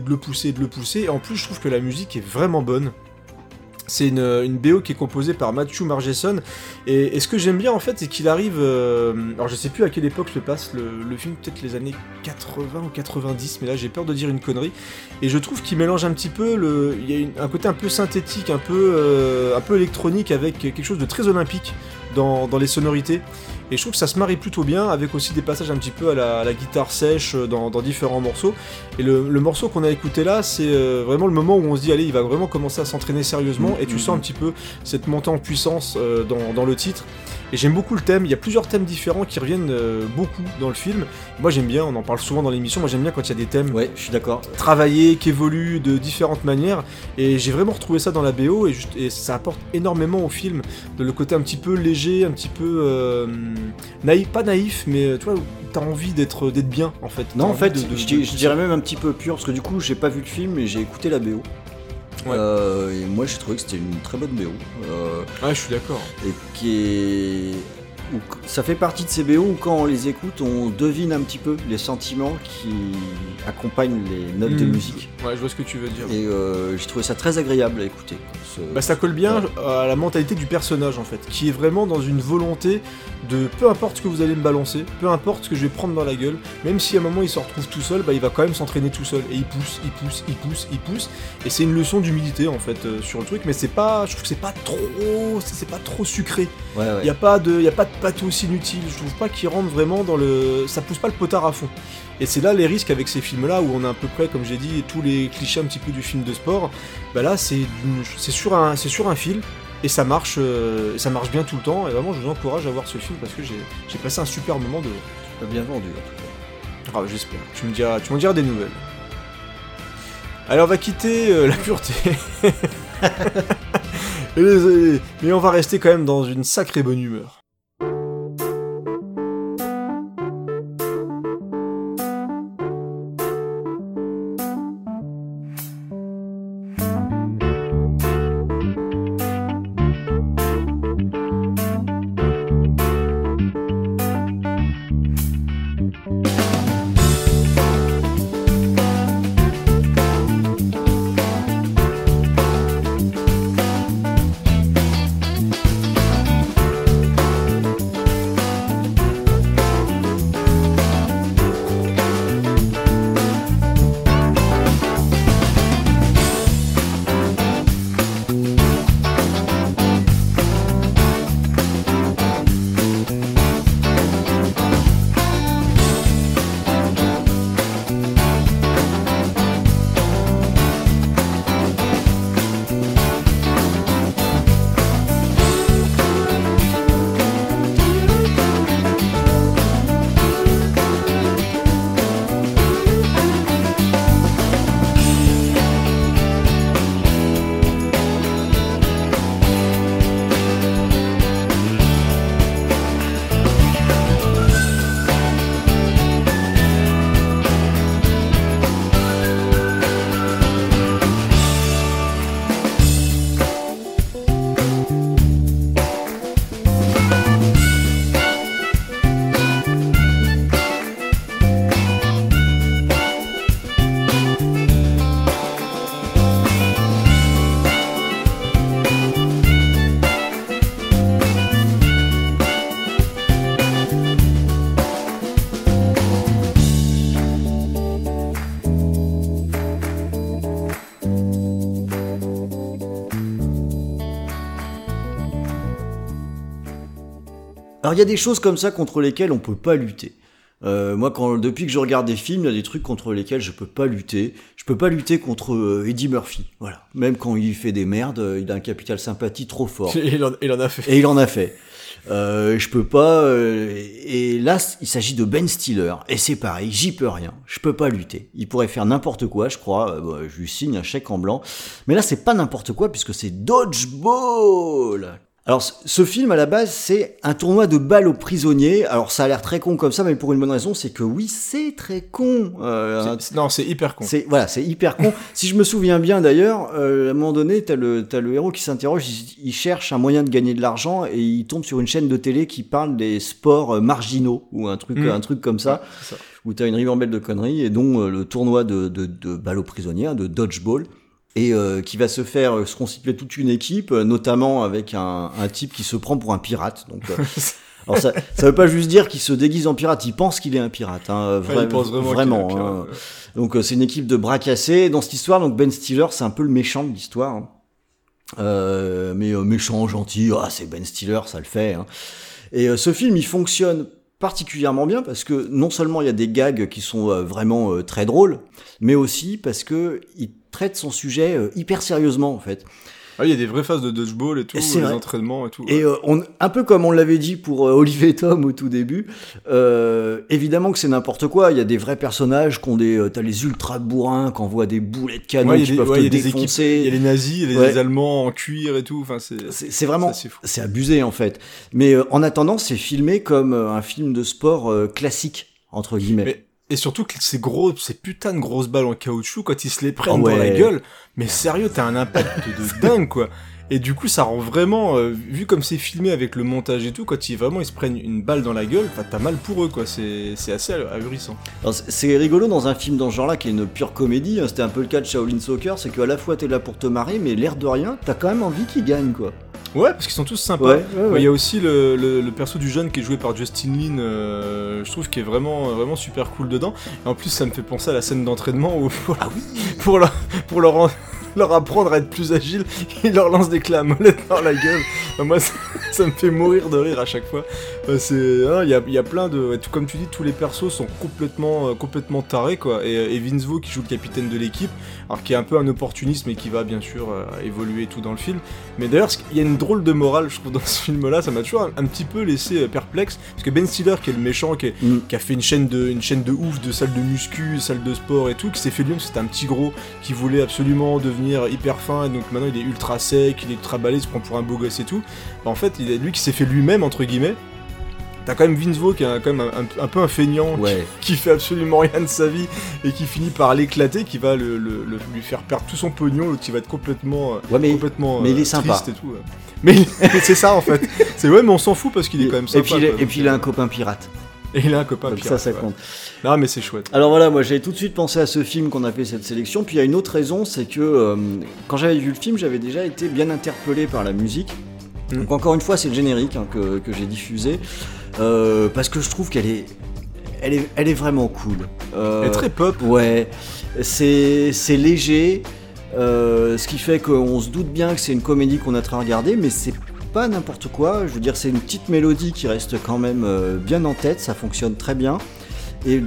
et en plus, je trouve que la musique est vraiment bonne. C'est une BO qui est composée par Matthew Margeson, et ce que j'aime bien en fait, c'est qu'il arrive, alors je sais plus à quelle époque se passe le film, peut-être les années 80 ou 90, mais là j'ai peur de dire une connerie, et je trouve qu'il mélange un petit peu, il y a un côté un peu synthétique, un peu électronique, avec quelque chose de très olympique dans les sonorités. Et je trouve que ça se marie plutôt bien, avec aussi des passages un petit peu à la guitare sèche dans différents morceaux. Et le morceau qu'on a écouté là, c'est vraiment le moment où on se dit, allez, il va vraiment commencer à s'entraîner sérieusement, et tu sens un petit peu cette montée en puissance dans le titre. Et j'aime beaucoup le thème, il y a plusieurs thèmes différents qui reviennent beaucoup dans le film. Moi j'aime bien, on en parle souvent dans l'émission, moi j'aime bien quand il y a des thèmes ouais, je suis d'accord, travaillés, qui évoluent de différentes manières, et j'ai vraiment retrouvé ça dans la BO, et ça apporte énormément au film, de le côté un petit peu léger, un petit peu naïf, pas naïf, mais tu vois, t'as envie d'être bien en fait. Non, en fait, je dirais même un petit peu pur, parce que du coup j'ai pas vu le film, mais j'ai écouté la BO. Ouais. Et moi j'ai trouvé que c'était une très bonne BO. Ouais, je suis d'accord. Et qui est... Ça fait partie de ces BO où quand on les écoute, on devine un petit peu les sentiments qui accompagnent les notes de musique. Ouais, je vois ce que tu veux dire. Et j'ai trouvé ça très agréable à écouter. Ça colle bien à la mentalité du personnage en fait, qui est vraiment dans une volonté de peu importe ce que vous allez me balancer, peu importe ce que je vais prendre dans la gueule, même si à un moment il se retrouve tout seul, il va quand même s'entraîner tout seul, et il pousse, et c'est une leçon d'humilité en fait sur le truc, mais je trouve que c'est pas trop sucré. Ouais. Y a pas de pathos inutile, je trouve pas qu'il rentre vraiment ça pousse pas le potard à fond. Et c'est là les risques avec ces films-là, où on a à peu près, comme j'ai dit, tous les clichés un petit peu du film de sport. Là, c'est sur un fil, et ça marche bien tout le temps. Et vraiment, je vous encourage à voir ce film, parce que j'ai passé un super moment de. Tu l'as bien vendu en tout cas. Ah, j'espère. Tu m'en diras des nouvelles. Allez, on va quitter la pureté. Mais on va rester quand même dans une sacrée bonne humeur. Alors il y a des choses comme ça contre lesquelles on peut pas lutter. Moi, depuis que je regarde des films, il y a des trucs contre lesquels je peux pas lutter. Je peux pas lutter contre Eddie Murphy. Voilà. Même quand il fait des merdes, il a un capital sympathie trop fort. Il en a fait. Et il en a fait. Je peux pas. Et là, il s'agit de Ben Stiller. Et c'est pareil, j'y peux rien. Je peux pas lutter. Il pourrait faire n'importe quoi, je crois. Je lui signe un chèque en blanc. Mais là, c'est pas n'importe quoi puisque c'est Dodgeball. Alors, ce film, à la base, c'est un tournoi de balles aux prisonniers. Alors, ça a l'air très con comme ça, mais pour une bonne raison, c'est que oui, c'est très con. Non, c'est hyper con. C'est hyper con. Si je me souviens bien, d'ailleurs, à un moment donné, t'as le héros qui s'interroge, il cherche un moyen de gagner de l'argent et il tombe sur une chaîne de télé qui parle des sports marginaux ou un truc comme ça, c'est ça. Où t'as une ribambelle de conneries et dont le tournoi de balles aux prisonniers, de dodgeball. Et qui va se constituer toute une équipe, notamment avec un type qui se prend pour un pirate. Donc, alors ça veut pas juste dire qu'il se déguise en pirate, il pense qu'il est un pirate. Il pense vraiment qu'il est un pirate. Donc c'est une équipe de bras cassés. Dans cette histoire, donc Ben Stiller, c'est un peu le méchant de l'histoire. Mais méchant, gentil, c'est Ben Stiller, ça le fait. Et ce film, il fonctionne particulièrement bien parce que non seulement il y a des gags qui sont vraiment très drôles, mais aussi parce que il traite son sujet hyper sérieusement en fait. Il y a des vraies phases de dodgeball et tout, les entraînements et tout. Et un peu comme on l'avait dit pour Olivier et Tom au tout début, évidemment que c'est n'importe quoi. Il y a des vrais personnages qui ont t'as les ultra bourrins qui envoient des boulets de canon qui peuvent te défoncer. Il y a les nazis, il y a les Allemands en cuir et tout. Enfin, c'est vraiment, c'est abusé en fait. Mais en attendant, c'est filmé comme un film de sport classique entre guillemets. Et surtout que ces putains de grosses balles en caoutchouc, quand ils se les prennent dans la gueule, mais sérieux, t'as un impact de dingue, quoi. Et du coup, ça rend vraiment, vu comme c'est filmé avec le montage et tout, quand ils se prennent une balle dans la gueule, t'as mal pour eux, quoi. C'est assez ahurissant. Alors, c'est rigolo dans un film dans ce genre-là, qui est une pure comédie, c'était un peu le cas de Shaolin Soccer, c'est qu'à la fois t'es là pour te marrer, mais l'air de rien, t'as quand même envie qu'ils gagnent, quoi. Ouais, parce qu'ils sont tous sympas. Il y a aussi le perso du jeune qui est joué par Justin Lin, je trouve qu'il est vraiment super cool dedans. Et en plus, ça me fait penser à la scène d'entraînement où pour leur apprendre à être plus agile, il leur lance des clés à molette dans la gueule. Moi, ça me fait mourir de rire à chaque fois. Il y a plein de... Tout comme tu dis, tous les persos sont complètement tarés, quoi. Et Vince Vaughn, qui joue le capitaine de l'équipe, alors qui est un peu un opportuniste, mais qui va bien sûr évoluer tout dans le film. Mais d'ailleurs, il y a une drôle de morale, je trouve, dans ce film-là. Ça m'a toujours un petit peu laissé perplexe. Parce que Ben Stiller, qui est le méchant, qui a fait une chaîne de ouf, de salles de muscu, salles de sport et tout, qui s'est fait lui, parce que c'était un petit gros qui voulait absolument devenir hyper fin, et donc maintenant il est ultra sec, il est ultra balèze, il se prend pour un beau gosse et tout. En fait, il est lui qui s'est fait lui-même, entre guillemets. T'as quand même Vince Vaughn qui est quand même un peu un feignant, qui fait absolument rien de sa vie et qui finit par l'éclater, qui va lui faire perdre tout son pognon, qui va être complètement mais il est sympa et tout. Mais c'est ça en fait. Mais on s'en fout parce qu'il est quand même sympa. Et puis il a un copain pirate. Et il a un copain pirate. Ça compte. Non, mais c'est chouette. Alors voilà, moi j'avais tout de suite pensé à ce film qu'on a fait cette sélection. Puis il y a une autre raison, c'est que quand j'avais vu le film, j'avais déjà été bien interpellé par la musique. Donc encore une fois, c'est le générique que j'ai diffusé. Parce que je trouve qu'elle est vraiment cool. Elle est très pop. Ouais, c'est léger. Ce qui fait qu'on se doute bien que c'est une comédie qu'on a très regardée, mais c'est pas n'importe quoi. Je veux dire, c'est une petite mélodie qui reste quand même bien en tête, ça fonctionne très bien. Et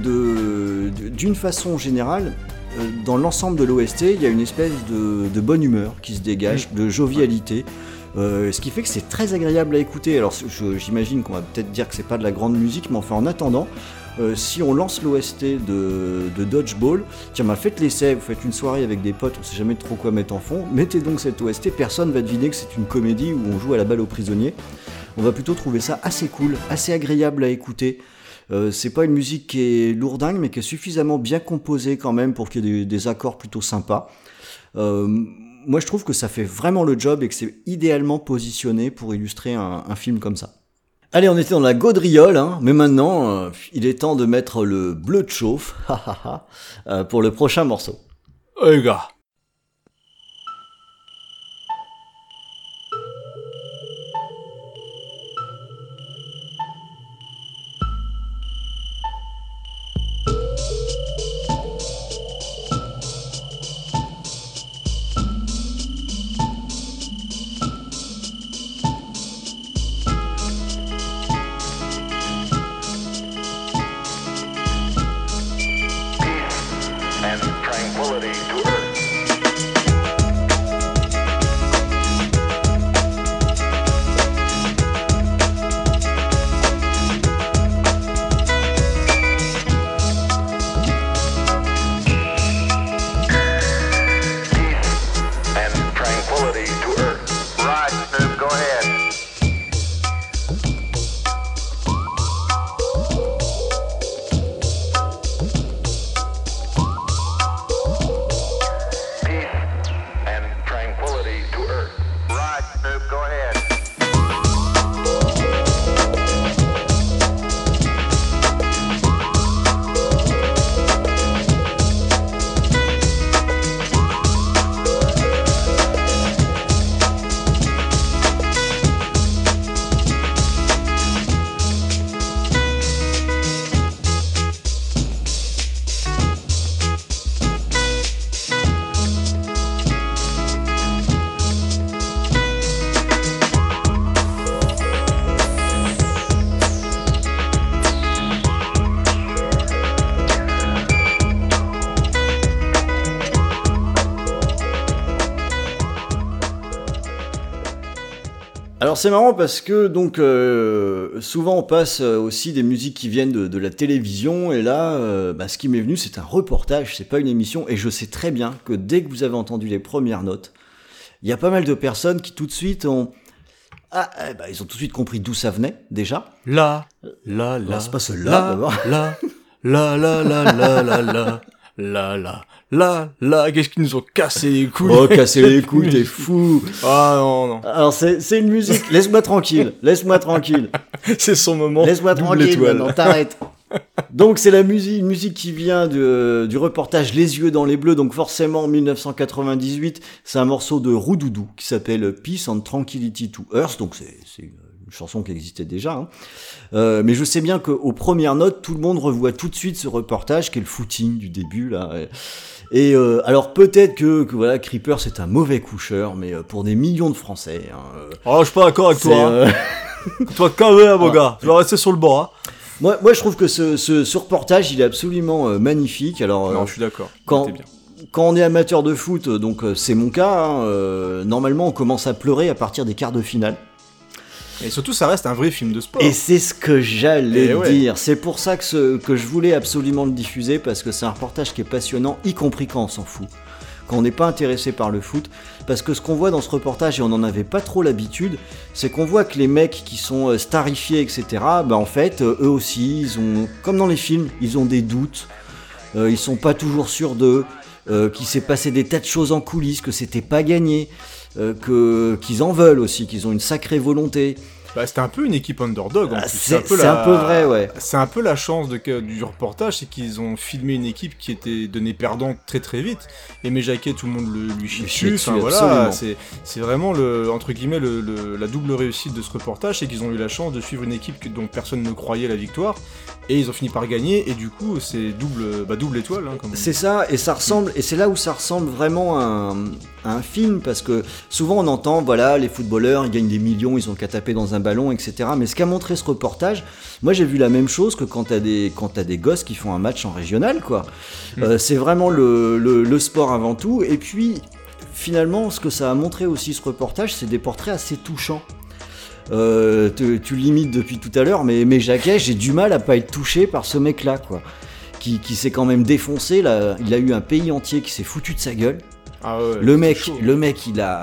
d'une façon générale, dans l'ensemble de l'OST, il y a une espèce de bonne humeur qui se dégage, de jovialité. Ce qui fait que c'est très agréable à écouter. Alors j'imagine qu'on va peut-être dire que c'est pas de la grande musique, mais enfin en attendant, si on lance l'OST de Dodgeball, tiens, faites l'essai, vous faites une soirée avec des potes, on sait jamais trop quoi mettre en fond, mettez donc cette OST, personne va deviner que c'est une comédie où on joue à la balle aux prisonniers. On va plutôt trouver ça assez cool, assez agréable à écouter. C'est pas une musique qui est lourdingue, mais qui est suffisamment bien composée quand même pour qu'il y ait des accords plutôt sympas. Moi je trouve que ça fait vraiment le job et que c'est idéalement positionné pour illustrer un film comme ça. Allez, on était dans la gaudriole, mais maintenant, il est temps de mettre le bleu de chauffe pour le prochain morceau. Hey gars. c'est marrant parce que donc souvent on passe aussi des musiques qui viennent de la télévision et là ce qui m'est venu c'est un reportage, c'est pas une émission et je sais très bien que dès que vous avez entendu les premières notes, il y a pas mal de personnes qui tout de suite ont ils ont tout de suite compris d'où ça venait déjà. Là, c'est pas celle-là d'abord. Là, qu'est-ce qu'ils nous ont cassé les couilles. Oh, casser les couilles, t'es fou. Ah non. Alors c'est une musique, laisse-moi tranquille. C'est son moment. Laisse-moi double tranquille, étoile. maintenant, t'arrêtes. Donc c'est une musique qui vient du reportage Les Yeux dans les Bleus, donc forcément en 1998, c'est un morceau de Roudoudou qui s'appelle Peace and Tranquility to Earth, donc c'est une chanson qui existait déjà, hein. Mais je sais bien qu'aux premières notes, tout le monde revoit tout de suite ce reportage qui est le footing du début là. Et alors peut-être que voilà, Creeper c'est un mauvais coucheur, mais pour des millions de Français. Hein, je suis pas d'accord avec toi. Toi, quand même, mon gars, tu vas rester sur le banc. Hein. Moi, je trouve que ce reportage, il est absolument magnifique. Alors, non, je suis d'accord. Quand on est amateur de foot, donc c'est mon cas, hein, normalement, on commence à pleurer à partir des quarts de finale. Et surtout, ça reste un vrai film de sport. Et c'est ce que j'allais dire. C'est pour ça que je voulais absolument le diffuser, parce que c'est un reportage qui est passionnant, y compris quand on s'en fout. Quand on n'est pas intéressé par le foot, parce que ce qu'on voit dans ce reportage, et on n'en avait pas trop l'habitude, c'est qu'on voit que les mecs qui sont starifiés, etc., en fait, eux aussi, ils ont, comme dans les films, ils ont des doutes, ils sont pas toujours sûrs d'eux, qu'il s'est passé des tas de choses en coulisses, que c'était pas gagné, qu'ils en veulent aussi, qu'ils ont une sacrée volonté. C'était un peu une équipe underdog en plus. C'est un peu vrai, ouais. C'est un peu la chance du reportage, c'est qu'ils ont filmé une équipe qui était donnée perdante très très vite. Aimé Jacquet, tout le monde lui chie dessus. Voilà, c'est vraiment entre guillemets la double réussite de ce reportage, c'est qu'ils ont eu la chance de suivre une équipe dont personne ne croyait la victoire, et ils ont fini par gagner. Et du coup, c'est double étoile. Hein, c'est ça, et ça ressemble, et c'est là où ça ressemble vraiment à un film, parce que souvent on entend, voilà, les footballeurs, ils gagnent des millions, ils ont qu'à taper dans un ballon, etc. Mais ce qu'a montré ce reportage, moi j'ai vu la même chose que quand t'as des gosses qui font un match en régional, quoi. C'est vraiment le sport avant tout. Et puis finalement, ce que ça a montré aussi ce reportage, c'est des portraits assez touchants. Tu l'imites depuis tout à l'heure, mais Jacquet, j'ai du mal à pas être touché par ce mec-là, quoi. Qui s'est quand même défoncé. Là, il a eu un pays entier qui s'est foutu de sa gueule. Ah ouais, le mec, il a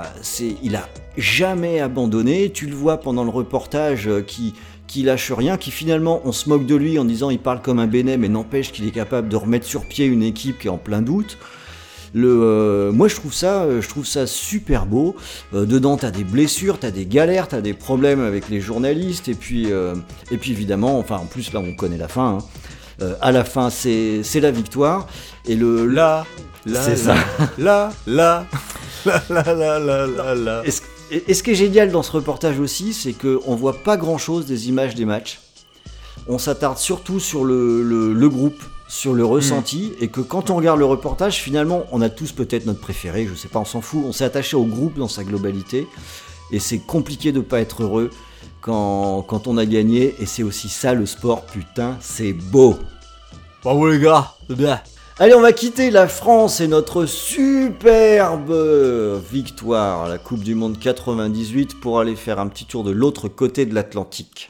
jamais abandonné. Tu le vois pendant le reportage qui lâche rien, qui finalement on se moque de lui en disant il parle comme un bénet, mais n'empêche qu'il est capable de remettre sur pied une équipe qui est en plein doute. Moi je trouve ça super beau. Dedans t'as des blessures, t'as des galères, t'as des problèmes avec les journalistes, et puis évidemment, enfin en plus là on connaît la fin. Hein. À la fin c'est la victoire et c'est ça. Et ce qui est génial dans ce reportage aussi, c'est qu'on voit pas grand chose des images des matchs. On s'attarde surtout sur le groupe, sur le ressenti, et que quand on regarde le reportage, finalement, on a tous peut-être notre préféré, je sais pas, on s'en fout, on s'est attaché au groupe dans sa globalité, et c'est compliqué de pas être heureux quand on a gagné, et c'est aussi ça le sport, putain, c'est beau. Bravo les gars, c'est bien. Allez, on va quitter la France et notre superbe victoire à la Coupe du Monde 98 pour aller faire un petit tour de l'autre côté de l'Atlantique.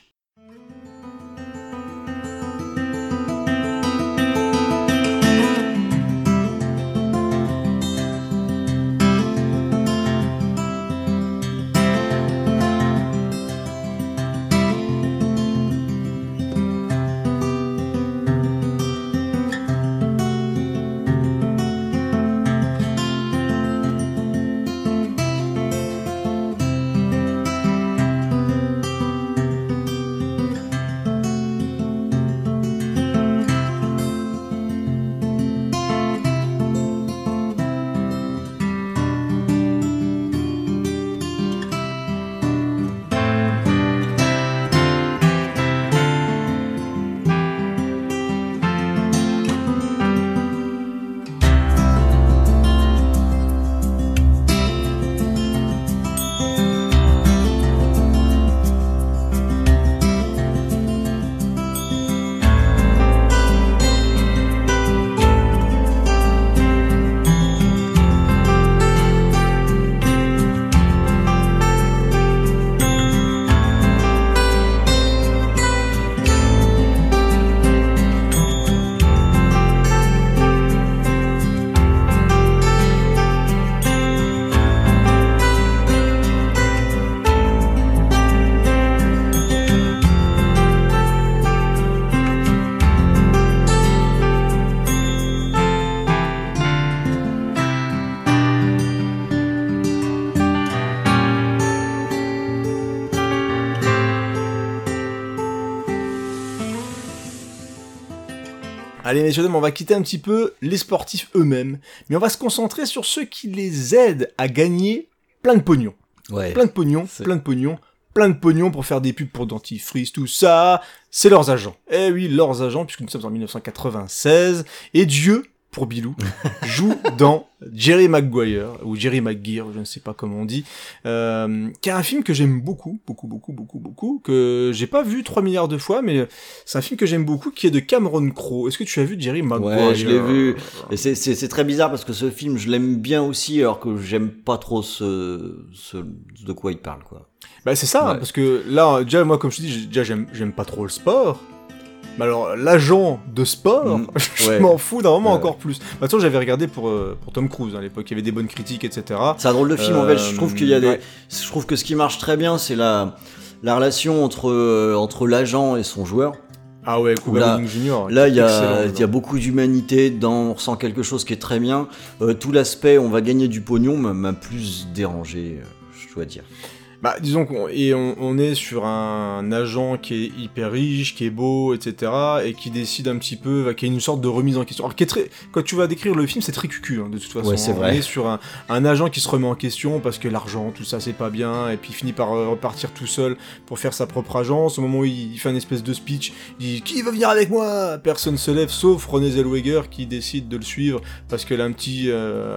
Allez, messieurs, dames, on va quitter un petit peu les sportifs eux-mêmes, mais on va se concentrer sur ceux qui les aident à gagner plein de pognon. Ouais. Plein de pognon pour faire des pubs pour dentifrice, tout ça, c'est leurs agents. Eh oui, leurs agents, puisque nous sommes en 1996, et Dieu, pour Bilou, joue dans Jerry Maguire, ou Jerry McGuire, je ne sais pas comment on dit, qui est un film que j'aime beaucoup, que j'ai pas vu 3 milliards de fois, mais c'est un film que j'aime beaucoup, qui est de Cameron Crowe. Est-ce que tu as vu Jerry Maguire ? Ouais, je l'ai vu. Et c'est très bizarre parce que ce film, je l'aime bien aussi, alors que j'aime pas trop de quoi il parle, quoi. Bah c'est ça, ouais. Hein, parce que là, déjà, moi, comme je te dis, j'aime pas trop le sport. Mais alors, l'agent de sport, je m'en fous d'un moment encore plus. Maintenant, j'avais regardé pour Tom Cruise à l'époque, il y avait des bonnes critiques, etc. C'est un drôle de film, en fait. Je trouve qu'il y a je trouve que ce qui marche très bien, c'est la relation entre l'agent et son joueur. Ah ouais, Cuba Gooding Jr. Là, il y a beaucoup d'humanité dedans, on ressent quelque chose qui est très bien. Tout l'aspect, on va gagner du pognon, m'a plus dérangé, je dois dire. Bah, disons qu'on est sur un agent qui est hyper riche, qui est beau, etc., et qui décide un petit peu, qui a une sorte de remise en question. Alors, qui est très, quand tu vas décrire le film, c'est très cucu, hein, de toute façon. Ouais, c'est vrai. On est sur un agent qui se remet en question parce que l'argent, tout ça, c'est pas bien, et puis il finit par repartir tout seul pour faire sa propre agence. Au moment où il fait une espèce de speech, il dit « Qui veut venir avec moi ?» Personne se lève, sauf Renée Zellweger qui décide de le suivre parce qu'elle a un petit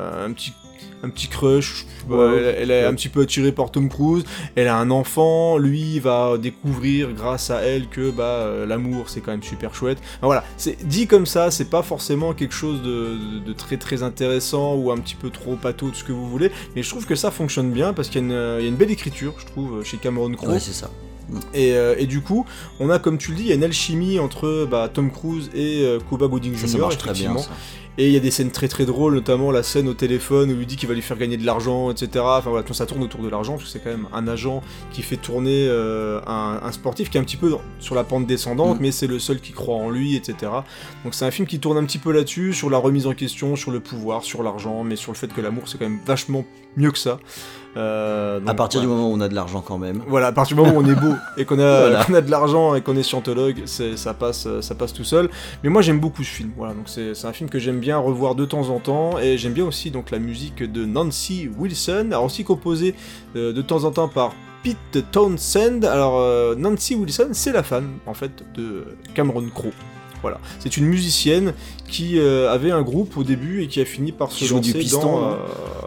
crush, elle est un petit peu attirée par Tom Cruise, elle a un enfant, lui va découvrir grâce à elle que l'amour c'est quand même super chouette. Enfin, voilà, c'est dit comme ça, c'est pas forcément quelque chose de très très intéressant ou un petit peu trop pâteau, tout ce que vous voulez, mais je trouve que ça fonctionne bien parce qu'il y a une belle écriture, je trouve, chez Cameron Crowe. Ouais, c'est ça. Et du coup, on a, comme tu le dis, il y a une alchimie entre Tom Cruise et Cuba Gooding Jr. Ça marche très bien, ça. Et il y a des scènes très très drôles, notamment la scène au téléphone où il dit qu'il va lui faire gagner de l'argent, etc. Enfin voilà, ça tourne autour de l'argent, parce que c'est quand même un agent qui fait tourner un sportif qui est un petit peu sur la pente descendante, mais c'est le seul qui croit en lui, etc. Donc c'est un film qui tourne un petit peu là-dessus, sur la remise en question, sur le pouvoir, sur l'argent, mais sur le fait que l'amour c'est quand même vachement mieux que ça. Donc, à partir du moment où on a de l'argent quand même. Voilà, à partir du moment où on est beau et qu'on a de l'argent et qu'on est scientologue, ça passe tout seul. Mais moi j'aime beaucoup ce film. Voilà, donc c'est un film que j'aime bien revoir de temps en temps, et j'aime bien aussi donc la musique de Nancy Wilson, alors aussi composée de temps en temps par Pete Townsend. Alors Nancy Wilson, c'est la fan en fait de Cameron Crowe. Voilà, c'est une musicienne qui avait un groupe au début et qui a fini par se lancer du piston, dans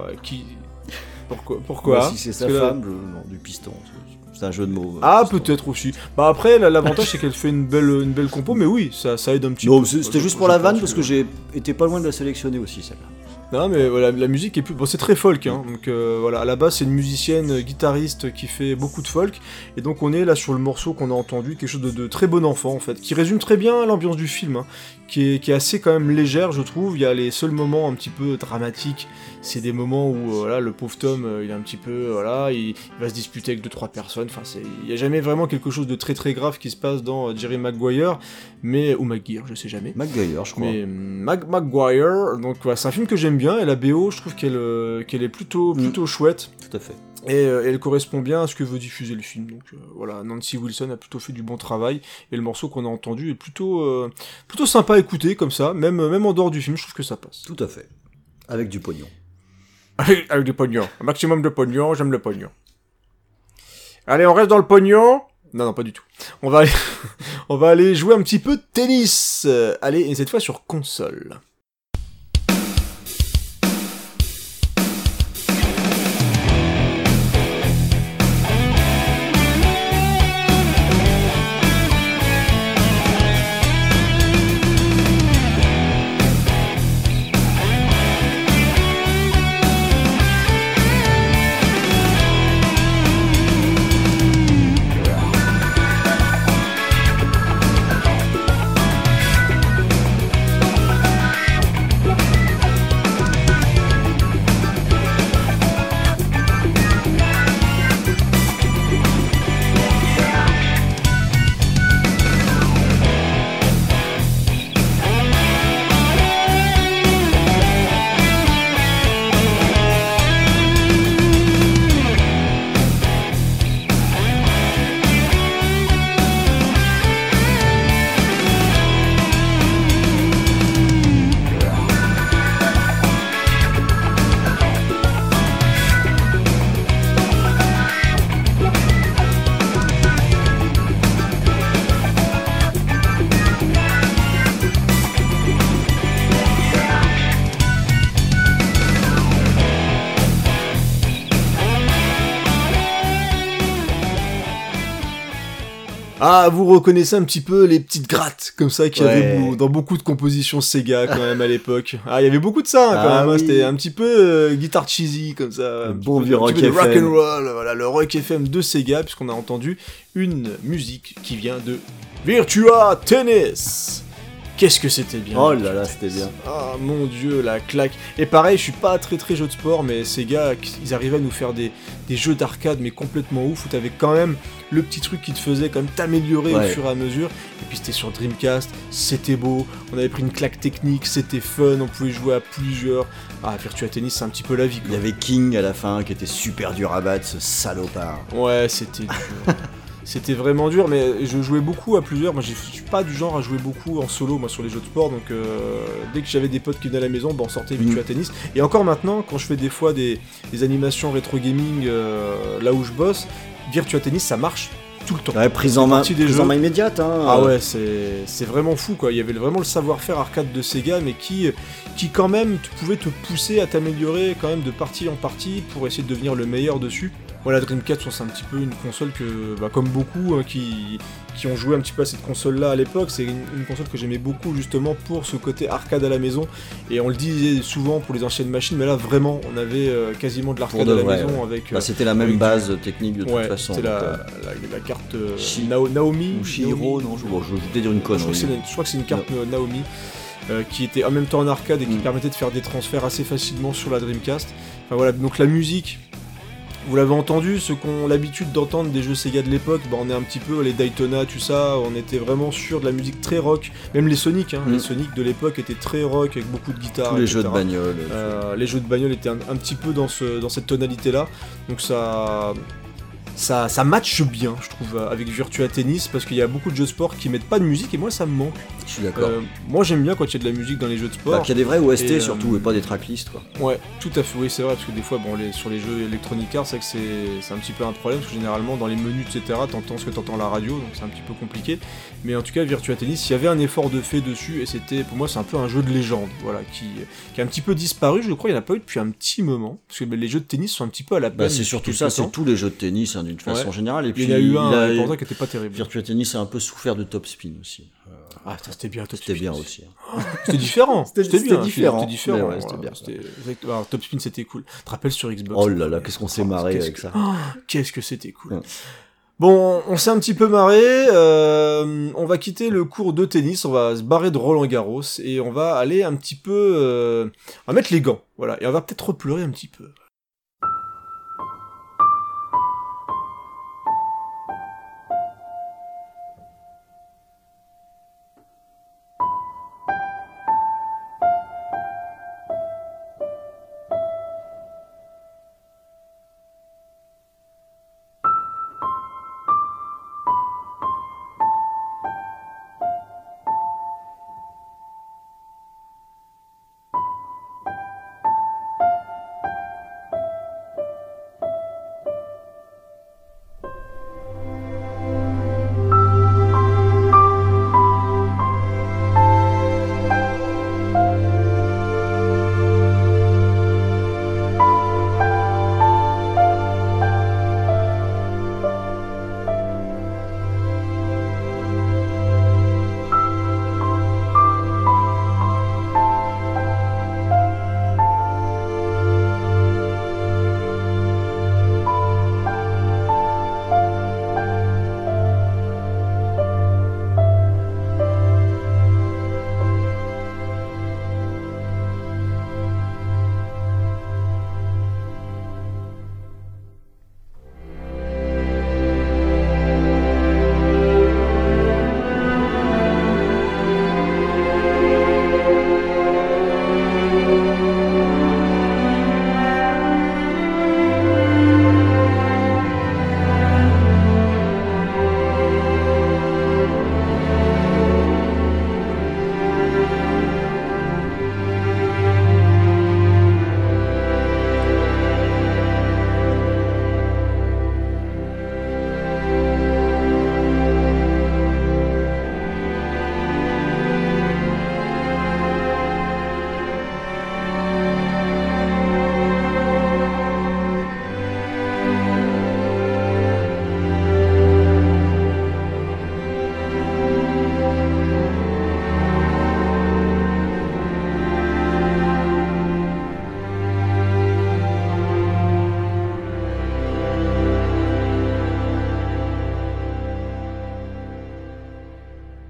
Pourquoi Si c'est sa femme, non, du piston. C'est un jeu de mots. Ah, peut-être aussi. Bah après, l'avantage c'est qu'elle fait une belle compo, mais oui, ça aide un petit peu. Non, c'était juste pour la vanne parce que j'ai été pas loin de la sélectionner aussi, celle-là. Non, mais voilà, la musique est plus... Bon, c'est très folk, hein. Donc voilà, à la base, c'est une musicienne guitariste qui fait beaucoup de folk, et donc on est là sur le morceau qu'on a entendu, quelque chose de très bon enfant, en fait, qui résume très bien l'ambiance du film, hein, qui est assez quand même légère, je trouve. Il y a les seuls moments un petit peu dramatiques, c'est des moments où voilà, le pauvre Tom, il est un petit peu... Voilà, il va se disputer avec 2-3 personnes, enfin, il n'y a jamais vraiment quelque chose de très très grave qui se passe dans Jerry Maguire, ou McGuire, je sais jamais. Maguire, je crois. Mais Maguire, donc voilà, c'est un film que j'aime bien, et la BO, je trouve qu'elle est plutôt chouette. Tout à fait. Et elle correspond bien à ce que veut diffuser le film. Donc voilà, Nancy Wilson a plutôt fait du bon travail, et le morceau qu'on a entendu est plutôt sympa à écouter comme ça, même en dehors du film, je trouve que ça passe. Tout à fait. Avec du pognon. Avec du pognon. Un maximum de pognon, j'aime le pognon. Allez, on reste dans le pognon. Non, pas du tout. On va aller jouer un petit peu de tennis. Allez, et cette fois sur console. Ah, vous reconnaissez un petit peu les petites grattes comme ça qu'il y avait Ouais. dans beaucoup de compositions Sega quand même à l'époque. Ah, il y avait beaucoup de ça quand même. Oui. C'était un petit peu guitare cheesy comme ça. Un bon petit vieux peu, un petit rock peu de rock FM. and roll. Voilà, le rock FM de Sega puisqu'on a entendu une musique qui vient de Virtua Tennis. Qu'est-ce que c'était bien. Oh là là, c'était bien. Ah mon dieu, la claque. Et pareil, je suis pas très jeu de sport, mais ces gars, ils arrivaient à nous faire des jeux d'arcade, mais complètement ouf, où t'avais quand même le petit truc qui te faisait quand même t'améliorer au fur et à mesure. Et puis c'était sur Dreamcast, c'était beau, on avait pris une claque technique, c'était fun, on pouvait jouer à plusieurs. Ah, Virtua Tennis, c'est un petit peu la vie, Il quoi. y avait King à la fin qui était super dur à battre, ce salopard. Ouais, c'était dur. C'était vraiment dur, mais je jouais beaucoup à plusieurs. Moi, je suis pas du genre à jouer beaucoup en solo, moi, sur les jeux de sport. Donc, dès que j'avais des potes qui venaient à la maison, on sortait Virtua Tennis. Et encore maintenant, quand je fais des fois des animations rétro gaming là où je bosse, Virtua Tennis, ça marche tout le temps. Ouais, prise en main immédiate. Hein. Ah ouais, c'est vraiment fou, quoi. Il y avait vraiment le savoir-faire arcade de Sega, mais qui quand même pouvait te pousser à t'améliorer quand même de partie en partie pour essayer de devenir le meilleur dessus. Voilà, Dreamcast, c'est un petit peu une console que, comme beaucoup qui ont joué un petit peu à cette console-là à l'époque, c'est une console que j'aimais beaucoup justement pour ce côté arcade à la maison. Et on le disait souvent pour les anciennes machines, mais là vraiment, on avait quasiment de l'arcade à la maison avec. C'était la même base technique de toute façon. C'était la carte Naomi ou Shihiro, non, je vais dire une connerie. Je crois que c'est une carte Naomi. Qui était en même temps en arcade et qui permettait de faire des transferts assez facilement sur la Dreamcast. Enfin voilà, donc la musique, vous l'avez entendu, ceux qui ont l'habitude d'entendre des jeux Sega de l'époque, on est un petit peu les Daytona, tout ça, on était vraiment sur de la musique très rock, même les Sonic, les Sonic de l'époque étaient très rock avec beaucoup de guitares. Tous les jeux de bagnole. Les jeux de bagnole étaient un petit peu dans cette tonalité-là, donc ça matche bien, je trouve, avec Virtua Tennis, parce qu'il y a beaucoup de jeux de sport qui mettent pas de musique, et moi ça me manque. Je suis d'accord. Moi j'aime bien quand il y a de la musique dans les jeux de sport. Qu'il y a des vrais OST surtout, et pas des tracklists, quoi. Ouais, tout à fait, oui, c'est vrai, parce que des fois, sur les jeux Electronic Arts, c'est que c'est un petit peu un problème, parce que généralement, dans les menus, etc., t'entends ce que t'entends à la radio, donc c'est un petit peu compliqué. Mais en tout cas, Virtua Tennis, il y avait un effort de fait dessus, et c'était, pour moi, c'est un peu un jeu de légende, voilà, qui a un petit peu disparu, je crois, il n'y en a pas eu depuis un petit moment, parce que les jeux de tennis sont un petit peu à la peine. C'est surtout ça, c'est tous les jeux de tennis, d'une façon générale. Et puis, il y a eu un important qui était pas terrible. Virtua Tennis a un peu souffert de Top Spin aussi. Ah, ça c'était bien, C'était bien aussi. C'était différent. C'était différent. C'était différent. Ouais, c'était bien. Alors, Top Spin c'était cool. Tu te rappelles sur Xbox? Oh là là, qu'est-ce qu'on s'est marré avec ça. Qu'est-ce que c'était cool. Bon, on s'est un petit peu marré. On va quitter le cours de tennis. On va se barrer de Roland Garros et on va aller un petit peu. On va mettre les gants. Voilà. Et on va peut-être repleurer un petit peu.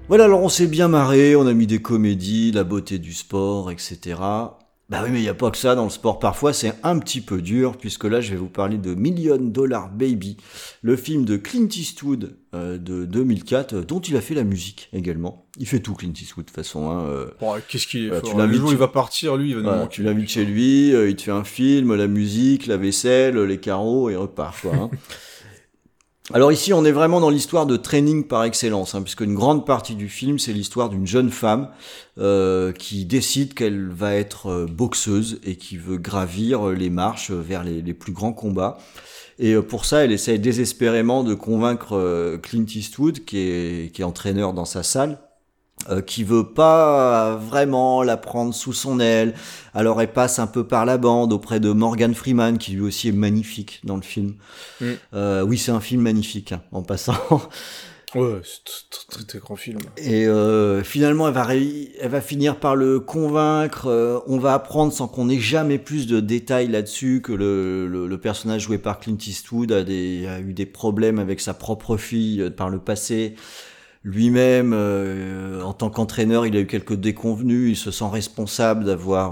Voilà, alors on s'est bien marré, on a mis des comédies, la beauté du sport, etc. Bah oui, mais il n'y a pas que ça dans le sport. Parfois, c'est un petit peu dur, puisque là, je vais vous parler de $1 Million Baby, le film de Clint Eastwood de 2004, dont il a fait la musique également. Il fait tout, Clint Eastwood, de toute façon. Bon, qu'est-ce qu'il est Voilà, fort. Le jour où il va partir, lui, il va nous manquer. Tu l'invites chez lui, il te fait un film, la musique, la vaisselle, les carreaux, et il repart, quoi. Alors ici, on est vraiment dans l'histoire de training par excellence, puisque une grande partie du film, c'est l'histoire d'une jeune femme qui décide qu'elle va être boxeuse et qui veut gravir les marches vers les plus grands combats. Et pour ça, elle essaie désespérément de convaincre Clint Eastwood, qui est entraîneur dans sa salle, qui veut pas vraiment la prendre sous son aile. Alors elle passe un peu par la bande auprès de Morgan Freeman, qui lui aussi est magnifique dans le film. Oui, c'est un film magnifique, en passant. Ouais, c'est un très très grand film. Et finalement, elle va finir par le convaincre. On va apprendre, sans qu'on ait jamais plus de détails là-dessus, que le personnage joué par Clint Eastwood a eu des problèmes avec sa propre fille par le passé. Lui-même, en tant qu'entraîneur, il a eu quelques déconvenues. Il se sent responsable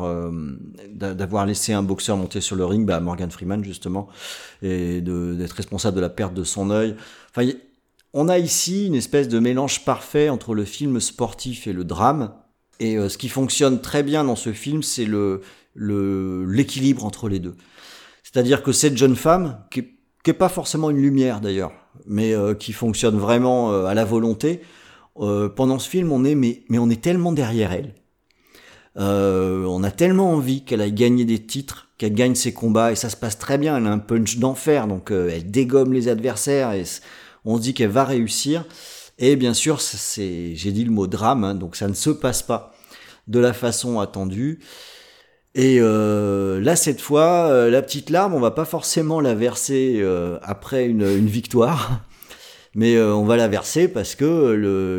d'avoir laissé un boxeur monter sur le ring, Morgan Freeman justement, et d'être responsable de la perte de son œil. Enfin, on a ici une espèce de mélange parfait entre le film sportif et le drame. Et ce qui fonctionne très bien dans ce film, c'est l'équilibre entre les deux. C'est-à-dire que cette jeune femme, qui est pas forcément une lumière d'ailleurs, mais qui fonctionne vraiment à la volonté. Pendant ce film, on est tellement derrière elle. On a tellement envie qu'elle aille gagner des titres, qu'elle gagne ses combats, et ça se passe très bien. Elle a un punch d'enfer, donc elle dégomme les adversaires, et on se dit qu'elle va réussir. Et bien sûr, j'ai dit le mot drame, donc ça ne se passe pas de la façon attendue. Et là, cette fois, la petite larme, on va pas forcément la verser après une victoire, mais on va la verser parce que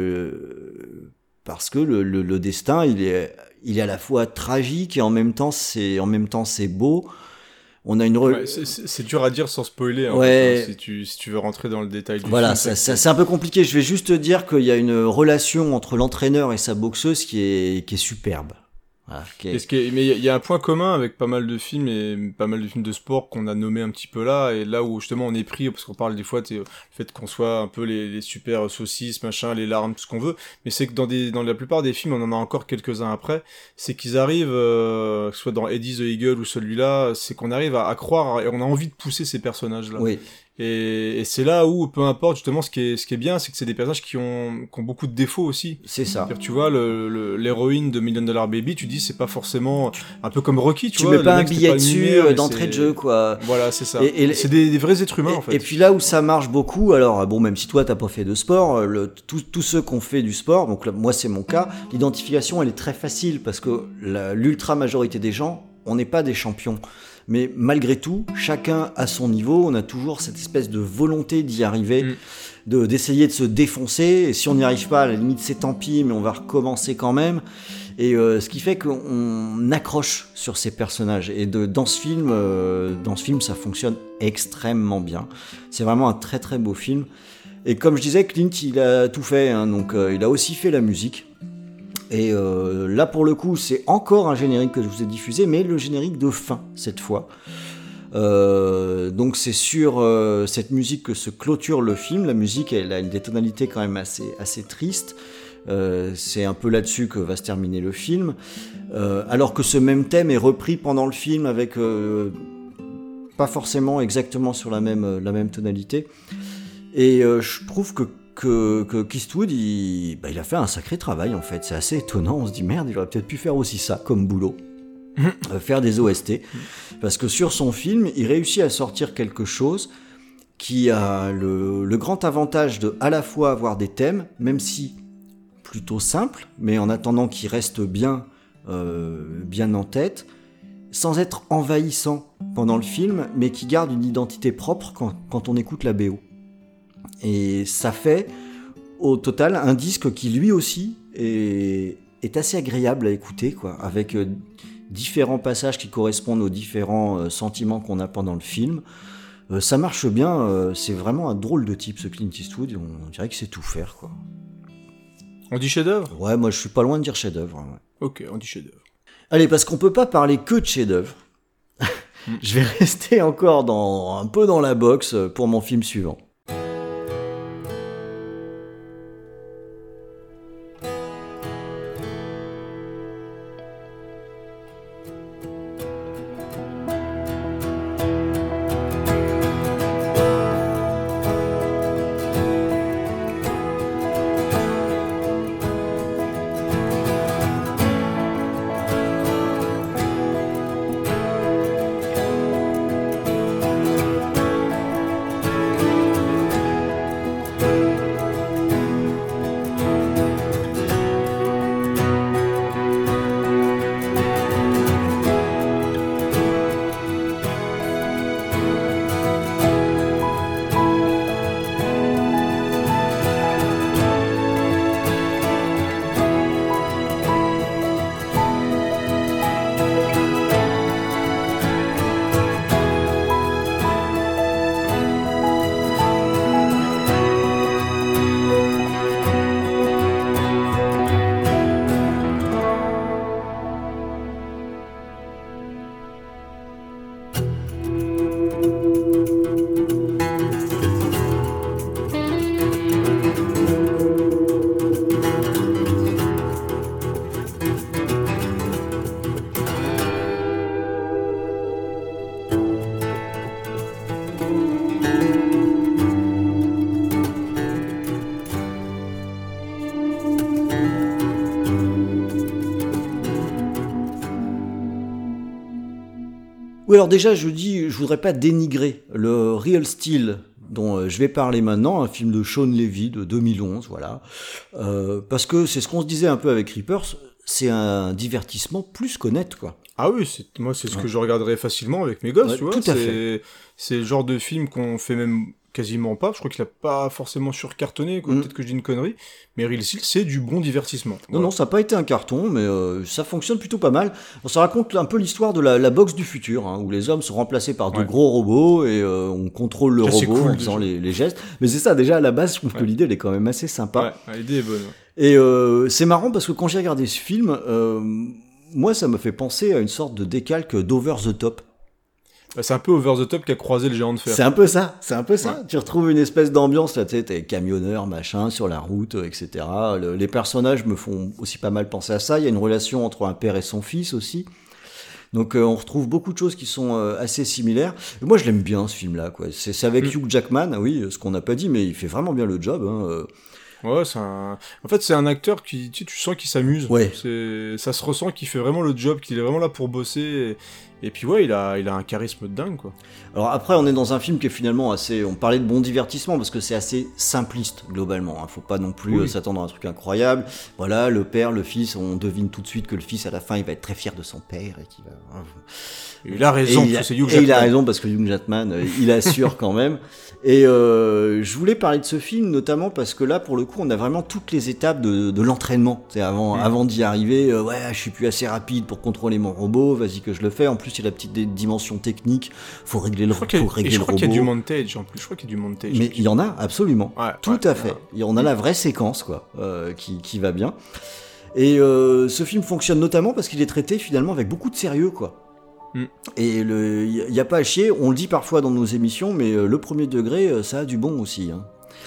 le destin, il est à la fois tragique et en même temps c'est beau. On a c'est dur à dire sans spoiler, ouais. Si tu veux rentrer dans le détail du film. C'est un peu compliqué. Je vais juste te dire qu'il y a une relation entre l'entraîneur et sa boxeuse qui est superbe. Voilà, mais il y a un point commun avec pas mal de films et pas mal de films de sport qu'on a nommé un petit peu là, et là où justement on est pris, parce qu'on parle des fois le fait qu'on soit un peu les super saucisses, machin, les larmes, tout ce qu'on veut, mais c'est que dans la plupart des films, on en a encore quelques-uns après, c'est qu'ils arrivent, que ce soit dans Eddie the Eagle ou celui-là, c'est qu'on arrive à croire, et on a envie de pousser ces personnages-là. Oui. Et c'est là où, peu importe, justement, ce qui est bien, c'est que c'est des personnages qui ont beaucoup de défauts aussi. C'est ça. Tu vois, l'héroïne de $1 Million Baby, tu dis, c'est pas forcément un peu comme Rocky, tu vois. Tu mets pas un mec, billet dessus d'entrée de jeu, quoi. Voilà, c'est ça. Et c'est des vrais êtres humains, en fait. Et puis là où ça marche beaucoup, alors, bon, même si toi, t'as pas fait de sport, tous ceux qui ont fait du sport, donc là, moi, c'est mon cas, l'identification, elle est très facile parce que l'ultra majorité des gens, on n'est pas des champions. Mais malgré tout, chacun à son niveau, on a toujours cette espèce de volonté d'y arriver, d'essayer de se défoncer, et si on n'y arrive pas, à la limite c'est tant pis, mais on va recommencer quand même, et ce qui fait qu'on accroche sur ces personnages, et dans ce film ça fonctionne extrêmement bien, c'est vraiment un très très beau film, et comme je disais, Clint il a tout fait, donc il a aussi fait la musique. Et là, pour le coup, c'est encore un générique que je vous ai diffusé, mais le générique de fin, cette fois. Donc c'est sur cette musique que se clôture le film. La musique, elle a des tonalités quand même assez tristes. C'est un peu là-dessus que va se terminer le film. Alors que ce même thème est repris pendant le film avec pas forcément exactement sur la même tonalité. Et je trouve que Eastwood, il a fait un sacré travail en fait, c'est assez étonnant, on se dit merde, il aurait peut-être pu faire aussi ça comme boulot, faire des OST, parce que sur son film, il réussit à sortir quelque chose qui a le grand avantage de à la fois avoir des thèmes, même si plutôt simples, mais en attendant qu'ils restent bien en tête, sans être envahissant pendant le film, mais qui garde une identité propre quand on écoute la BO. Et ça fait au total un disque qui lui aussi est assez agréable à écouter, quoi, avec différents passages qui correspondent aux différents sentiments qu'on a pendant le film. Ça marche bien, c'est vraiment un drôle de type ce Clint Eastwood, on dirait qu'il sait tout faire, quoi. On dit chef-d'œuvre ? Ouais, moi je suis pas loin de dire chef-d'œuvre. Ouais. Ok, on dit chef-d'œuvre. Allez, parce qu'on peut pas parler que de chef-d'œuvre. Je vais rester encore un peu dans la boxe pour mon film suivant. Oui, alors déjà, je voudrais pas dénigrer le Real Steel dont je vais parler maintenant, un film de Shawn Levy de 2011, voilà. Parce que c'est ce qu'on se disait un peu avec Reapers, c'est un divertissement plus qu'honnête, quoi. Ah oui, c'est ce que je regarderais facilement avec mes gosses, Ouais, tu vois. tout à fait. C'est le genre de film qu'on fait même quasiment pas. Je crois qu'il a pas forcément surcartonné, quoi. Peut-être que je dis une connerie. Mais Real Steel, c'est du bon divertissement. Non, non, ça n'a pas été un carton, mais ça fonctionne plutôt pas mal. Ça raconte un peu l'histoire de la boxe du futur, hein, où les hommes sont remplacés par de gros robots et on contrôle le Ça, c'est robot cool, en faisant les gestes. Mais c'est ça, déjà à la base, je trouve que l'idée elle est quand même assez sympa. Ouais, l'idée est bonne. Ouais. Et c'est marrant parce que quand j'ai regardé ce film, moi ça me fait penser à une sorte de décalque d'Over the Top. Bah, c'est un peu Over the Top qui a croisé le géant de fer. C'est un peu ça. Ouais. Tu retrouves une espèce d'ambiance, là, tu sais, t'es camionneur, machin, sur la route, etc. Les personnages me font aussi pas mal penser à ça. Il y a une relation entre un père et son fils aussi. Donc on retrouve beaucoup de choses qui sont assez similaires. Et moi je l'aime bien ce film-là, quoi. C'est avec Hugh Jackman, oui, ce qu'on n'a pas dit, mais il fait vraiment bien le job. Hein. Ouais, en fait, c'est un acteur qui, tu sens qu'il s'amuse. Ouais. Ça se ressent qu'il fait vraiment le job, qu'il est vraiment là pour bosser. Et puis ouais, il a un charisme de dingue, quoi. Alors après, on est dans un film qui est finalement assez... On parlait de bon divertissement parce que c'est assez simpliste, globalement. Hein. Faut pas non plus s'attendre à un truc incroyable. Voilà, le père, le fils, on devine tout de suite que le fils, à la fin, il va être très fier de son père et qu'il va... Et il a raison, parce que c'est Hugh Jackman. Et il a raison parce que Hugh Jackman, il assure quand même. Et je voulais parler de ce film notamment parce que là, pour le coup, on a vraiment toutes les étapes de l'entraînement. C'est avant d'y arriver, ouais, je suis plus assez rapide pour contrôler mon robot, vas-y que je le fais. En plus, il y a la petite dimension technique, faut régler le robot. Je crois qu'il y a du montage en plus. Je crois qu'il y a du montage. Mais il y en a absolument, tout à fait. Ouais. On a la vraie séquence, quoi, qui va bien. Et ce film fonctionne notamment parce qu'il est traité finalement avec beaucoup de sérieux, quoi. Et il n'y a pas à chier, on le dit parfois dans nos émissions, mais le premier degré, ça a du bon aussi. Hein.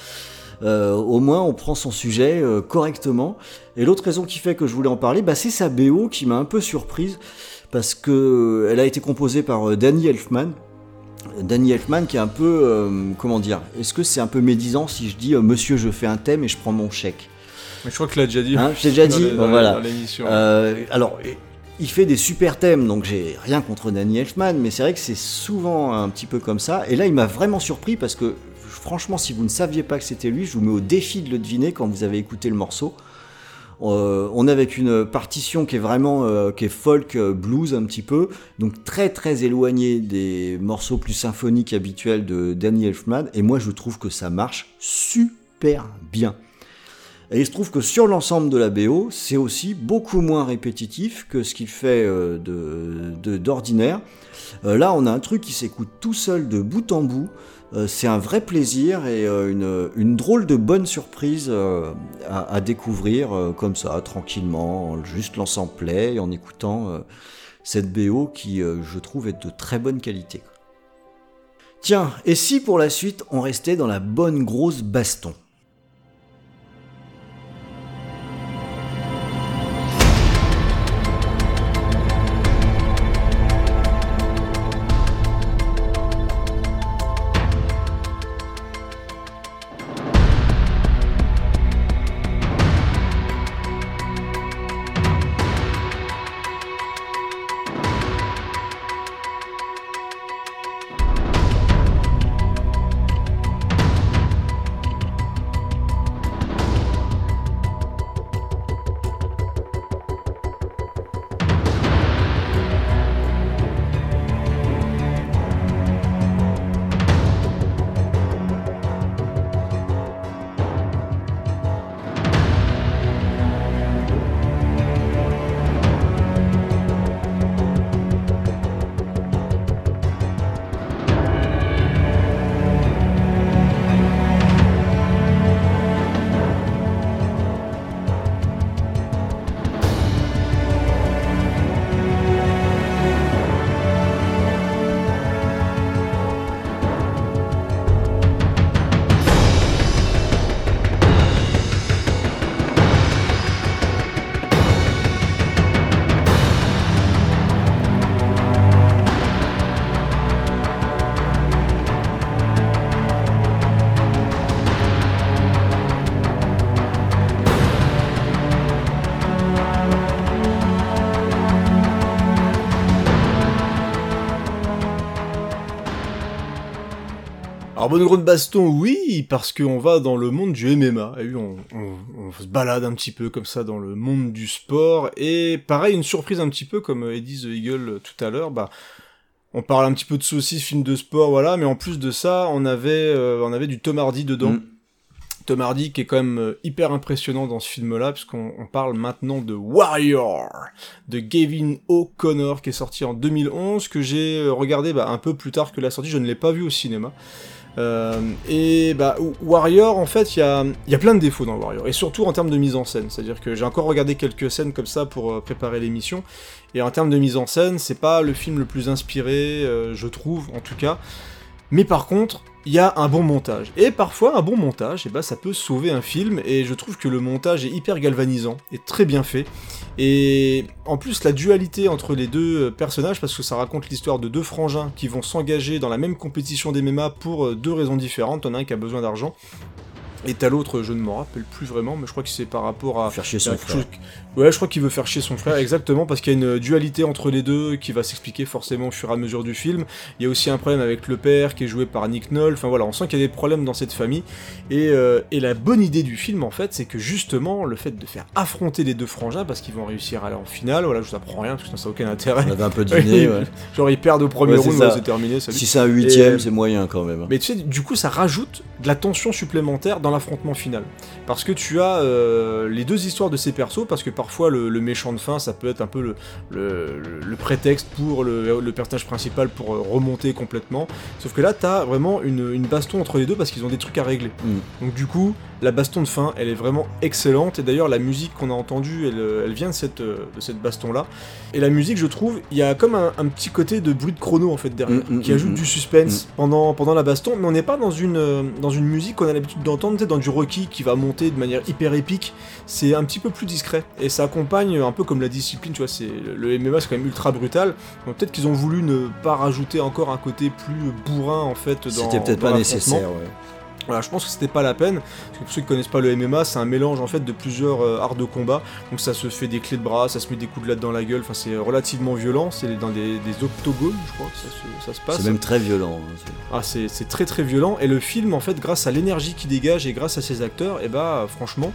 Au moins, on prend son sujet correctement. Et l'autre raison qui fait que je voulais en parler, c'est sa BO qui m'a un peu surprise, parce que elle a été composée par Danny Elfman. Danny Elfman qui est un peu, comment dire, est-ce que c'est un peu médisant si je dis « Monsieur, je fais un thème et je prends mon chèque ». Mais je crois que tu l'as déjà dit. Hein, je l'ai déjà dit, voilà. Dans l'émission. Alors... Il fait des super thèmes, donc j'ai rien contre Danny Elfman, mais c'est vrai que c'est souvent un petit peu comme ça. Et là, il m'a vraiment surpris parce que, franchement, si vous ne saviez pas que c'était lui, je vous mets au défi de le deviner quand vous avez écouté le morceau. On est avec une partition qui est vraiment qui est folk blues un petit peu, donc très très éloigné des morceaux plus symphoniques habituels de Danny Elfman. Et moi, je trouve que ça marche super bien. Et il se trouve que sur l'ensemble de la BO, c'est aussi beaucoup moins répétitif que ce qu'il fait d'ordinaire. Là, on a un truc qui s'écoute tout seul de bout en bout. C'est un vrai plaisir et une drôle de bonne surprise à découvrir comme ça, tranquillement, en juste lançant play et en écoutant cette BO qui, je trouve, est de très bonne qualité. Tiens, et si pour la suite, on restait dans la bonne grosse baston ? Alors bonne grosse baston, oui, parce qu'on va dans le monde du MMA, et on se balade un petit peu comme ça dans le monde du sport, et pareil, une surprise un petit peu, comme Eddie the Eagle tout à l'heure, on parle un petit peu de saucisses, film de sport, voilà, mais en plus de ça, on avait du Tom Hardy dedans. Tom Hardy qui est quand même hyper impressionnant dans ce film-là, puisqu'on parle maintenant de Warrior, de Gavin O'Connor, qui est sorti en 2011, que j'ai regardé un peu plus tard que la sortie, je ne l'ai pas vu au cinéma. Warrior, en fait, il y a plein de défauts dans Warrior, et surtout en termes de mise en scène, c'est-à-dire que j'ai encore regardé quelques scènes comme ça pour préparer l'émission, et en termes de mise en scène, c'est pas le film le plus inspiré, je trouve, en tout cas, mais par contre, il y a un bon montage, et parfois un bon montage, ça peut sauver un film, et je trouve que le montage est hyper galvanisant, et très bien fait, et en plus la dualité entre les deux personnages, parce que ça raconte l'histoire de deux frangins qui vont s'engager dans la même compétition d'MMA pour deux raisons différentes, t'en as un qui a besoin d'argent, et t'as l'autre, je ne m'en rappelle plus vraiment, mais je crois que c'est par rapport à... Faire chier son frère. Ouais, je crois qu'il veut faire chier son frère, exactement, parce qu'il y a une dualité entre les deux qui va s'expliquer forcément au fur et à mesure du film. Il y a aussi un problème avec le père qui est joué par Nick Nolte, enfin voilà, on sent qu'il y a des problèmes dans cette famille. Et la bonne idée du film, en fait, c'est que justement, le fait de faire affronter les deux frangins, parce qu'ils vont réussir à aller en finale, voilà, je vous apprends rien, parce que ça n'a aucun intérêt. On avait un peu deviné, ouais. Genre ils perdent au premier round, c'est terminé, salut. Si c'est un 8ème, c'est moyen quand même. Mais tu sais, du coup, ça rajoute de la tension supplémentaire dans l'affrontement final. Parce que tu as les deux histoires de ces persos, parce que parfois le méchant de fin, ça peut être un peu le prétexte pour le personnage principal pour remonter complètement. Sauf que là, t'as vraiment une baston entre les deux parce qu'ils ont des trucs à régler. Donc du coup, la baston de fin, elle est vraiment excellente. Et d'ailleurs, la musique qu'on a entendue, elle vient de cette baston-là. Et la musique, je trouve, il y a comme un petit côté de bruit de chrono en fait derrière, qui ajoute du suspense pendant la baston. Mais on n'est pas dans une musique qu'on a l'habitude d'entendre, dans du Rocky qui va monter de manière hyper épique. C'est un petit peu plus discret. Et ça accompagne un peu comme la discipline, tu vois, le MMA c'est quand même ultra brutal, donc peut-être qu'ils ont voulu ne pas rajouter encore un côté plus bourrin en fait dans c'était peut-être pas nécessaire, ouais. Voilà, je pense que c'était pas la peine, parce que pour ceux qui connaissent pas le MMA, c'est un mélange en fait de plusieurs arts de combat, donc ça se fait des clés de bras, ça se met des coups de latte dans la gueule, enfin c'est relativement violent, c'est dans des octogones, je crois que ça se passe. C'est même très violent. C'est très très violent, et le film en fait, grâce à l'énergie qu'il dégage et grâce à ses acteurs, franchement,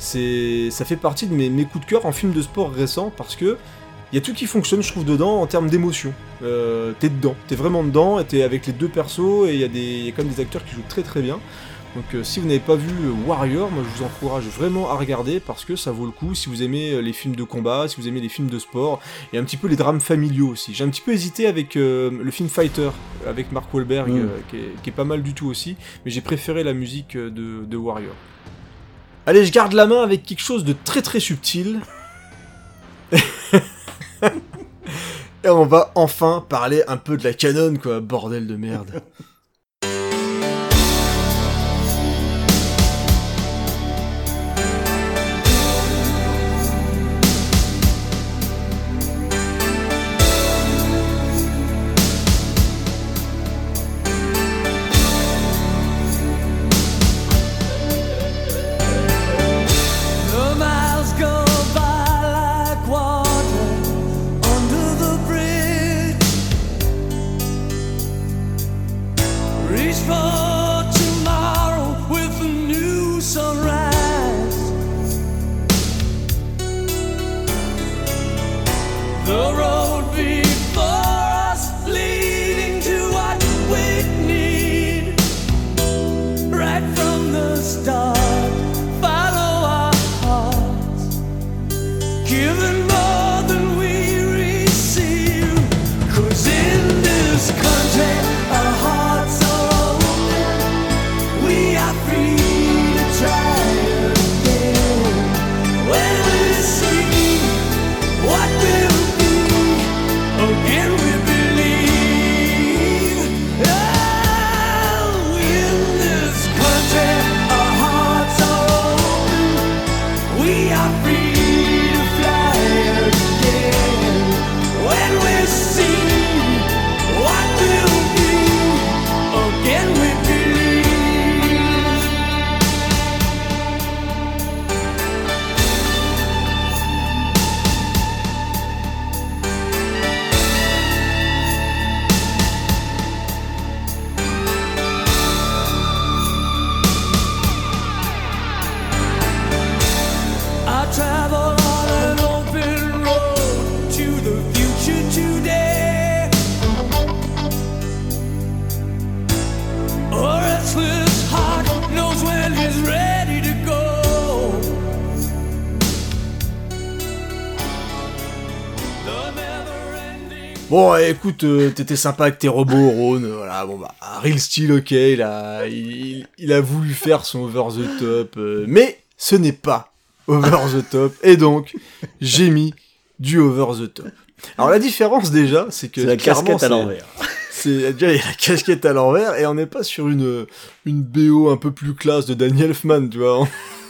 ça fait partie de mes coups de cœur en film de sport récent, parce que il y a tout qui fonctionne, je trouve, dedans en termes d'émotion. T'es dedans, t'es vraiment dedans, et t'es avec les deux persos, et il y a quand même des acteurs qui jouent très très bien. Donc si vous n'avez pas vu Warrior, moi je vous encourage vraiment à regarder parce que ça vaut le coup si vous aimez les films de combat, si vous aimez les films de sport et un petit peu les drames familiaux aussi. J'ai un petit peu hésité avec le film Fighter avec Mark Wahlberg qui est pas mal du tout aussi, mais j'ai préféré la musique de Warrior. Allez, je garde la main avec quelque chose de très très subtil. Et on va enfin parler un peu de la canon, quoi, bordel de merde. Bon, écoute, t'étais sympa avec tes robots, Ron, voilà, bon bah, Real Steel, ok, il a voulu faire son over the top, mais ce n'est pas over the top, et donc, j'ai mis du over the top. Alors la différence déjà, c'est que... C'est la casquette à l'envers. C'est déjà, il y a la casquette à l'envers, et on n'est pas sur une BO un peu plus classe de Danny Elfman, tu vois.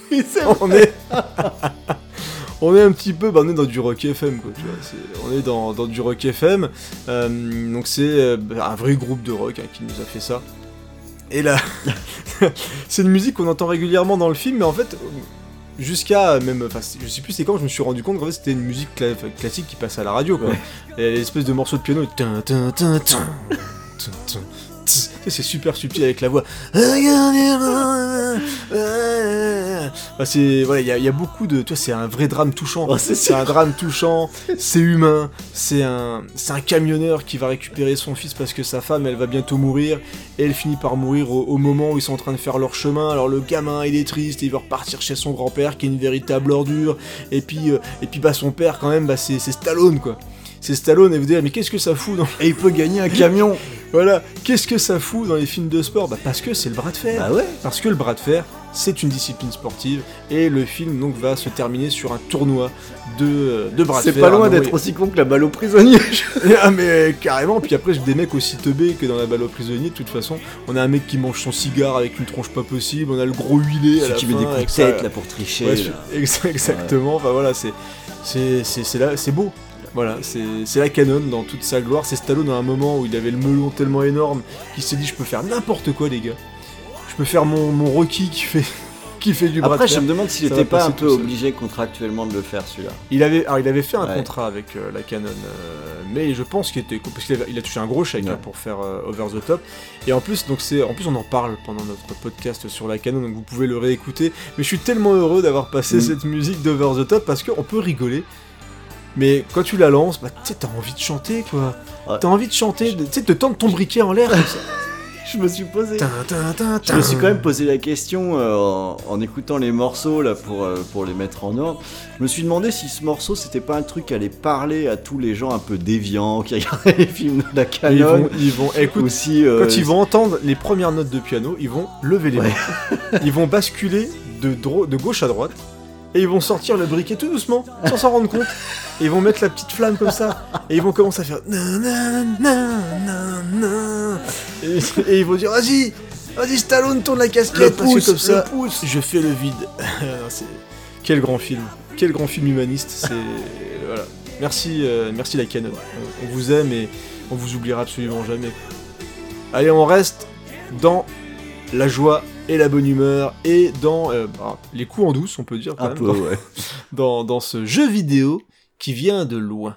On est un petit peu, on est dans du rock FM, quoi, tu vois, on est dans du rock FM, donc c'est un vrai groupe de rock qui nous a fait ça. Et là, c'est une musique qu'on entend régulièrement dans le film, mais en fait, jusqu'à même, enfin, je sais plus c'est quand je me suis rendu compte qu'en fait c'était une musique classique qui passait à la radio, quoi. Ouais. Et l'espèce de morceau de piano, c'est super subtil avec la voix. Bah c'est voilà, il y a beaucoup de, tu vois, c'est un vrai drame touchant. Oh, c'est un drame touchant, c'est humain, c'est un camionneur qui va récupérer son fils parce que sa femme elle va bientôt mourir et elle finit par mourir au moment où ils sont en train de faire leur chemin. Alors le gamin il est triste et il veut repartir chez son grand-père qui est une véritable ordure et puis bah son père quand même bah c'est Stallone quoi. C'est Stallone et vous dire mais qu'est-ce que ça fout dans... Et il peut gagner un camion. Voilà, qu'est-ce que ça fout dans les films de sport ? Bah parce que c'est le bras de fer. Bah ouais. Parce que le bras de fer, c'est une discipline sportive et le film donc va se terminer sur un tournoi de bras de fer. C'est pas loin d'être aussi con que la balle aux prisonniers. Ah mais carrément, puis après j'ai des mecs aussi teubés que dans la balle aux prisonniers, de toute façon. On a un mec qui mange son cigare avec une tronche pas possible, on a le gros huilé à la fin. Qui met des coups de tête là pour tricher. Ouais, exactement, enfin voilà, c'est là, c'est beau. Voilà, c'est la canon dans toute sa gloire. C'est Stallone à un moment où il avait le melon tellement énorme qu'il s'est dit je peux faire n'importe quoi les gars. Je peux faire mon Rocky qui fait du bras de fer. Après je me demande s'il était pas un peu obligé contractuellement de le faire celui-là. Il avait fait un contrat avec la Canon, mais je pense qu'il était parce qu'il a touché un gros chèque pour faire Over the Top. Et en plus on en parle pendant notre podcast sur la Canon, donc vous pouvez le réécouter. Mais je suis tellement heureux d'avoir passé cette musique d'Over the Top parce qu'on peut rigoler. Mais quand tu la lances, bah tu sais, t'as envie de chanter quoi. Ouais. T'as envie de chanter, tu sais, de tendre ton briquet en l'air comme ça. je me suis quand même posé la question en écoutant les morceaux là pour les mettre en ordre. Je me suis demandé si ce morceau c'était pas un truc qui allait parler à tous les gens un peu déviants qui regardaient les films de la Canon. Écoute, aussi, quand ils vont entendre les premières notes de piano, ils vont lever les mains. Ils vont basculer de gauche à droite. Et ils vont sortir le briquet tout doucement, sans s'en rendre compte. Et ils vont mettre la petite flamme comme ça. Et ils vont commencer à faire... Et ils vont dire, vas-y, Stallone, tourne la casquette. Parce que comme ça, je fais le vide. Quel grand film humaniste. C'est... Voilà. Merci la Canon. On vous aime et on vous oubliera absolument jamais. Allez, on reste dans la joie et la bonne humeur, et dans les coups en douce, on peut dire, quand même, ouais. dans ce jeu vidéo qui vient de loin.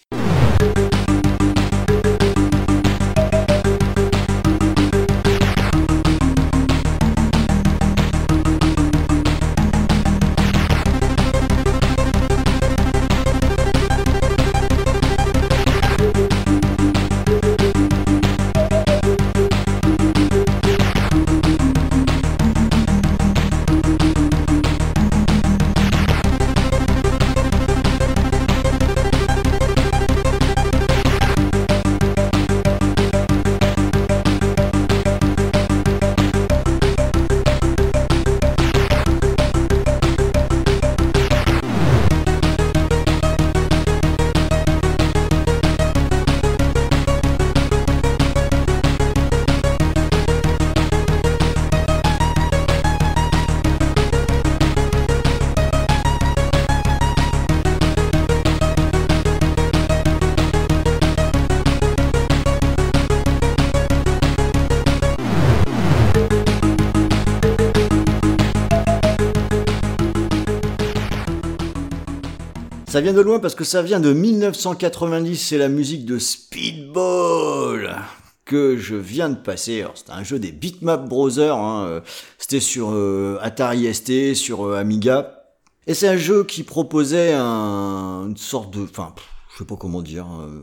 Ça vient de loin parce que ça vient de 1990, c'est la musique de Speedball que je viens de passer. Alors, c'était un jeu des Bitmap Brothers, hein. C'était sur Atari ST, sur Amiga. Et c'est un jeu qui proposait une sorte de... Enfin, je sais pas comment dire...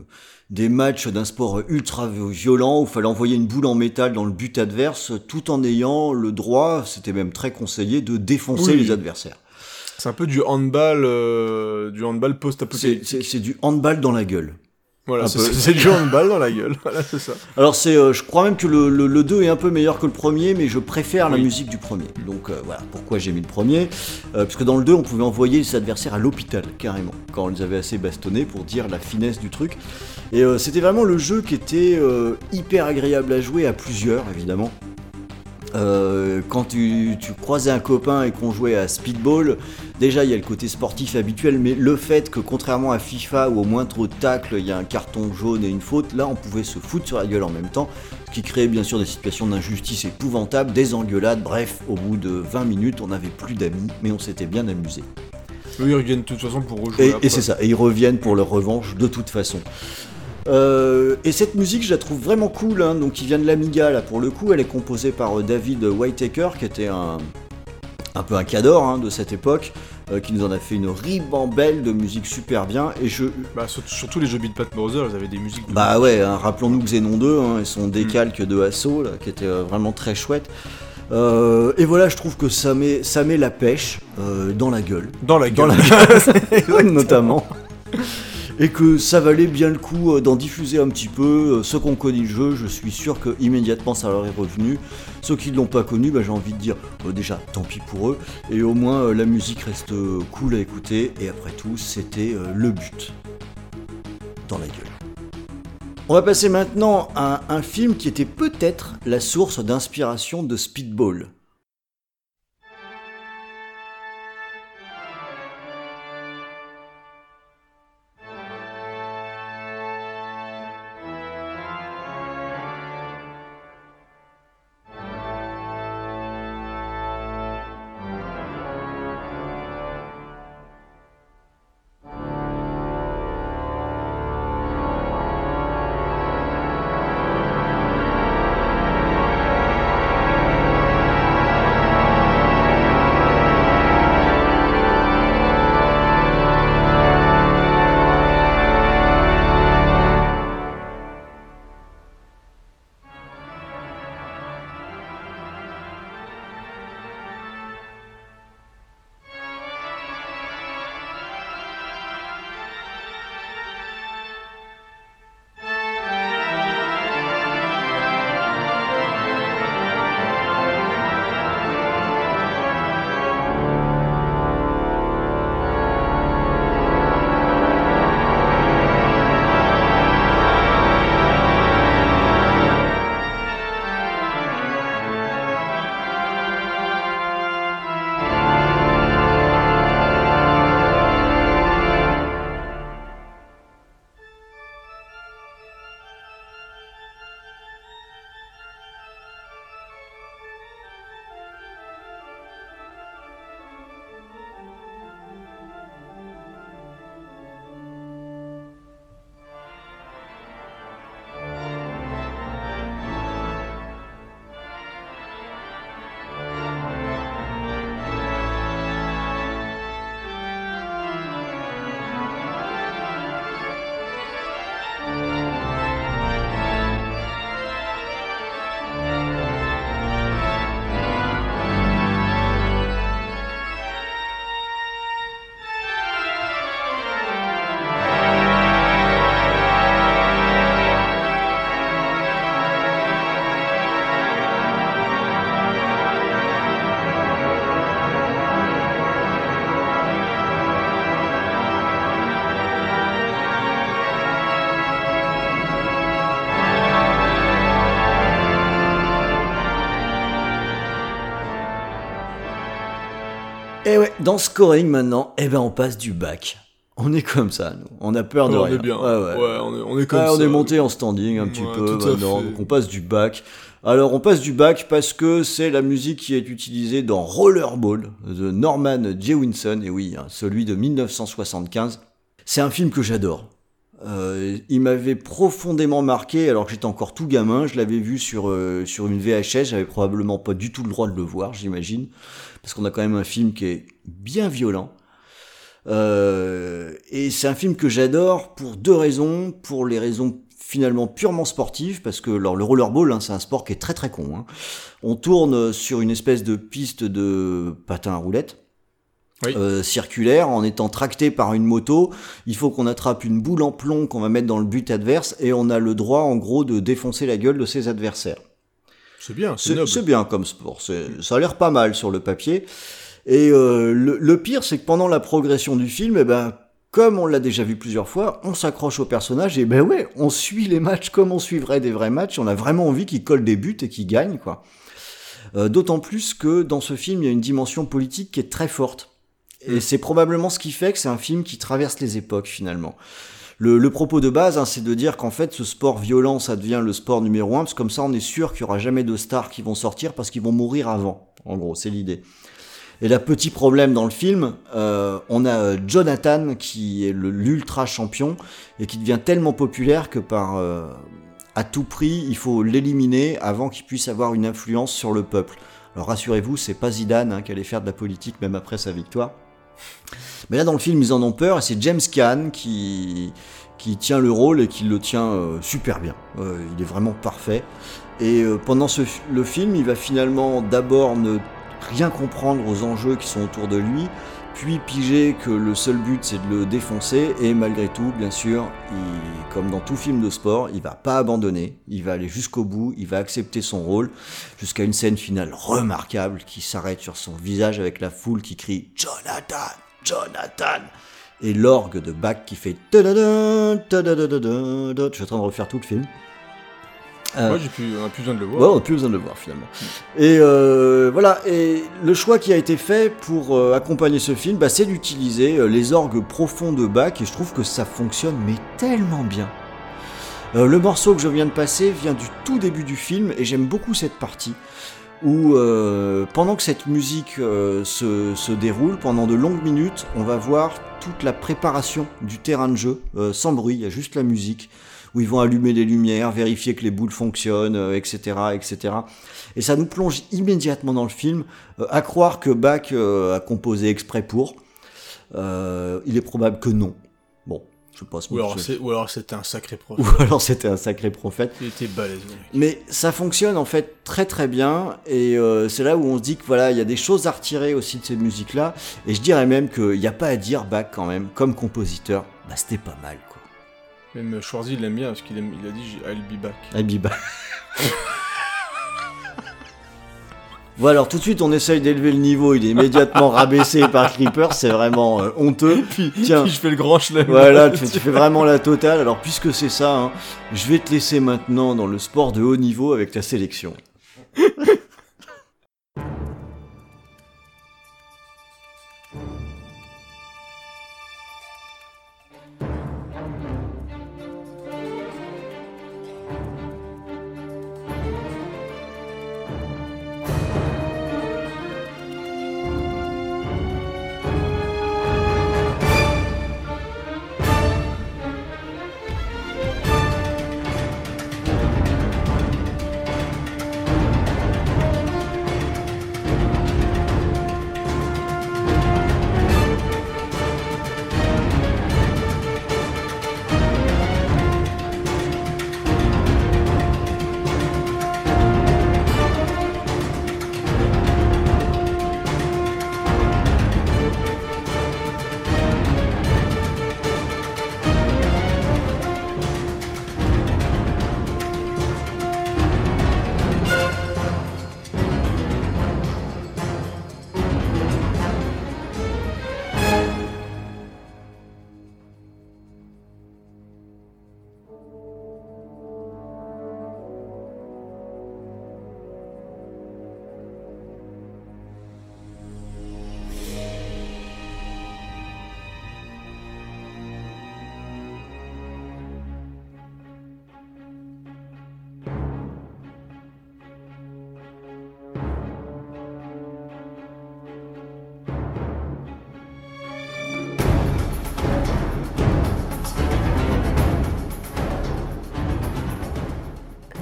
des matchs d'un sport ultra violent où il fallait envoyer une boule en métal dans le but adverse tout en ayant le droit, c'était même très conseillé, de défoncer les adversaires. C'est un peu du handball post-apocalyptique. C'est du handball dans la gueule. Voilà, c'est du handball dans la gueule. Voilà, c'est ça. Alors je crois même que le 2 est un peu meilleur que le premier, mais je préfère la musique du premier. Donc voilà pourquoi j'ai mis le premier. Parce que dans le 2, on pouvait envoyer les adversaires à l'hôpital, carrément, quand on les avait assez bastonnés, pour dire la finesse du truc. Et c'était vraiment le jeu qui était hyper agréable à jouer à plusieurs, évidemment. Quand tu croisais un copain et qu'on jouait à Speedball, déjà il y a le côté sportif habituel, mais le fait que contrairement à FIFA où au moindre tacle il y a un carton jaune et une faute, là on pouvait se foutre sur la gueule en même temps, ce qui créait bien sûr des situations d'injustice épouvantables, des engueulades, bref, au bout de 20 minutes on n'avait plus d'amis, mais on s'était bien amusé. Eux ils reviennent de toute façon pour rejouer. Et c'est ça, et ils reviennent pour leur revanche de toute façon. Et cette musique je la trouve vraiment cool, hein, donc qui vient de l'Amiga là pour le coup, elle est composée par David Whittaker qui était un peu un cador hein, de cette époque, qui nous en a fait une ribambelle de musique super bien. Et surtout les jeux Bitmap Brothers, ils avaient des musiques. Ouais, hein, rappelons-nous Xenon 2 hein, et son décalque de Assaut là, qui était vraiment très chouette. Et voilà, je trouve que ça met la pêche dans la gueule. Dans la gueule. Notamment. Et que ça valait bien le coup d'en diffuser un petit peu. Ceux qui ont connu le jeu, je suis sûr que immédiatement ça leur est revenu. Ceux qui ne l'ont pas connu, j'ai envie de dire déjà tant pis pour eux. Et au moins la musique reste cool à écouter. Et après tout, c'était le but. Dans la gueule. On va passer maintenant à un film qui était peut-être la source d'inspiration de Speedball. Dans Scoring maintenant, on passe du bac. On est comme ça, nous. On a peur de rien. On est bien. Ouais. On est comme ça. On est monté en standing un petit peu maintenant, donc on passe du bac. Alors on passe du bac parce que c'est la musique qui est utilisée dans Rollerball de Norman Jewison, et oui, celui de 1975. C'est un film que j'adore. Il m'avait profondément marqué alors que j'étais encore tout gamin. Je l'avais vu sur une VHS. J'avais probablement pas du tout le droit de le voir, j'imagine, parce qu'on a quand même un film qui est bien violent. Et c'est un film que j'adore pour deux raisons. Pour les raisons finalement purement sportives, parce que alors, le rollerball, c'est un sport qui est très très con. On tourne sur une espèce de piste de patin à roulettes. Oui. Circulaire, en étant tracté par une moto. Il faut qu'on attrape une boule en plomb qu'on va mettre dans le but adverse, et on a le droit en gros de défoncer la gueule de ses adversaires. C'est bien, c'est noble. C'est bien comme sport, ça a l'air pas mal sur le papier. Et le pire, c'est que pendant la progression du film, comme on l'a déjà vu plusieurs fois, on s'accroche au personnage et on suit les matchs comme on suivrait des vrais matchs. On a vraiment envie qu'ils collent des buts et qu'ils gagnent, quoi. D'autant plus que dans ce film, il y a une dimension politique qui est très forte. Et c'est probablement ce qui fait que c'est un film qui traverse les époques, finalement. Le propos de base, c'est de dire qu'en fait, ce sport violent, ça devient le sport numéro 1, parce que comme ça, on est sûr qu'il n'y aura jamais de stars qui vont sortir parce qu'ils vont mourir avant. En gros, c'est l'idée. Et là, petit problème dans le film, on a Jonathan qui est l'ultra champion et qui devient tellement populaire que à tout prix, il faut l'éliminer avant qu'il puisse avoir une influence sur le peuple. Alors rassurez-vous, c'est pas Zidane qui allait faire de la politique même après sa victoire. Mais là, dans le film, ils en ont peur et c'est James Caan qui tient le rôle et qui le tient super bien. Il est vraiment parfait. Et pendant le film, il va finalement d'abord ne rien comprendre aux enjeux qui sont autour de lui, puis piger que le seul but c'est de le défoncer, et malgré tout, bien sûr, comme dans tout film de sport, il va pas abandonner, il va aller jusqu'au bout, il va accepter son rôle, jusqu'à une scène finale remarquable qui s'arrête sur son visage avec la foule qui crie « Jonathan, Jonathan !» et l'orgue de Bach qui fait « ta-da-da, ta-da-da-da-da ». Je suis en train de refaire tout le film. On n'a plus besoin de le voir. Ouais, on n'a plus besoin de le voir finalement. Et voilà, et le choix qui a été fait pour accompagner ce film, c'est d'utiliser les orgues profonds de Bach, et je trouve que ça fonctionne mais tellement bien. Le morceau que je viens de passer vient du tout début du film, et j'aime beaucoup cette partie où pendant que cette musique se déroule, pendant de longues minutes, on va voir toute la préparation du terrain de jeu, sans bruit, il y a juste la musique, où ils vont allumer les lumières, vérifier que les boules fonctionnent, etc., etc. Et ça nous plonge immédiatement dans le film, à croire que Bach a composé exprès pour. Il est probable que non. Bon, je sais pas. Ou alors c'était un sacré prophète. Ou alors c'était un sacré prophète. Il était balèze. Mais ça fonctionne en fait très très bien, et c'est là où on se dit que voilà, il y a des choses à retirer aussi de cette musique-là, et je dirais même qu'il n'y a pas à dire Bach quand même, comme compositeur, c'était pas mal, quoi. Même Schwarzy, il l'aime bien parce qu'il a dit I'll be back. I'll be back. Voilà, alors tout de suite on essaye d'élever le niveau, il est immédiatement rabaissé par Creeper, c'est vraiment honteux. Tiens, je fais le grand chelem. Voilà, tu fais vraiment la totale. Alors puisque c'est ça, je vais te laisser maintenant dans le sport de haut niveau avec ta sélection.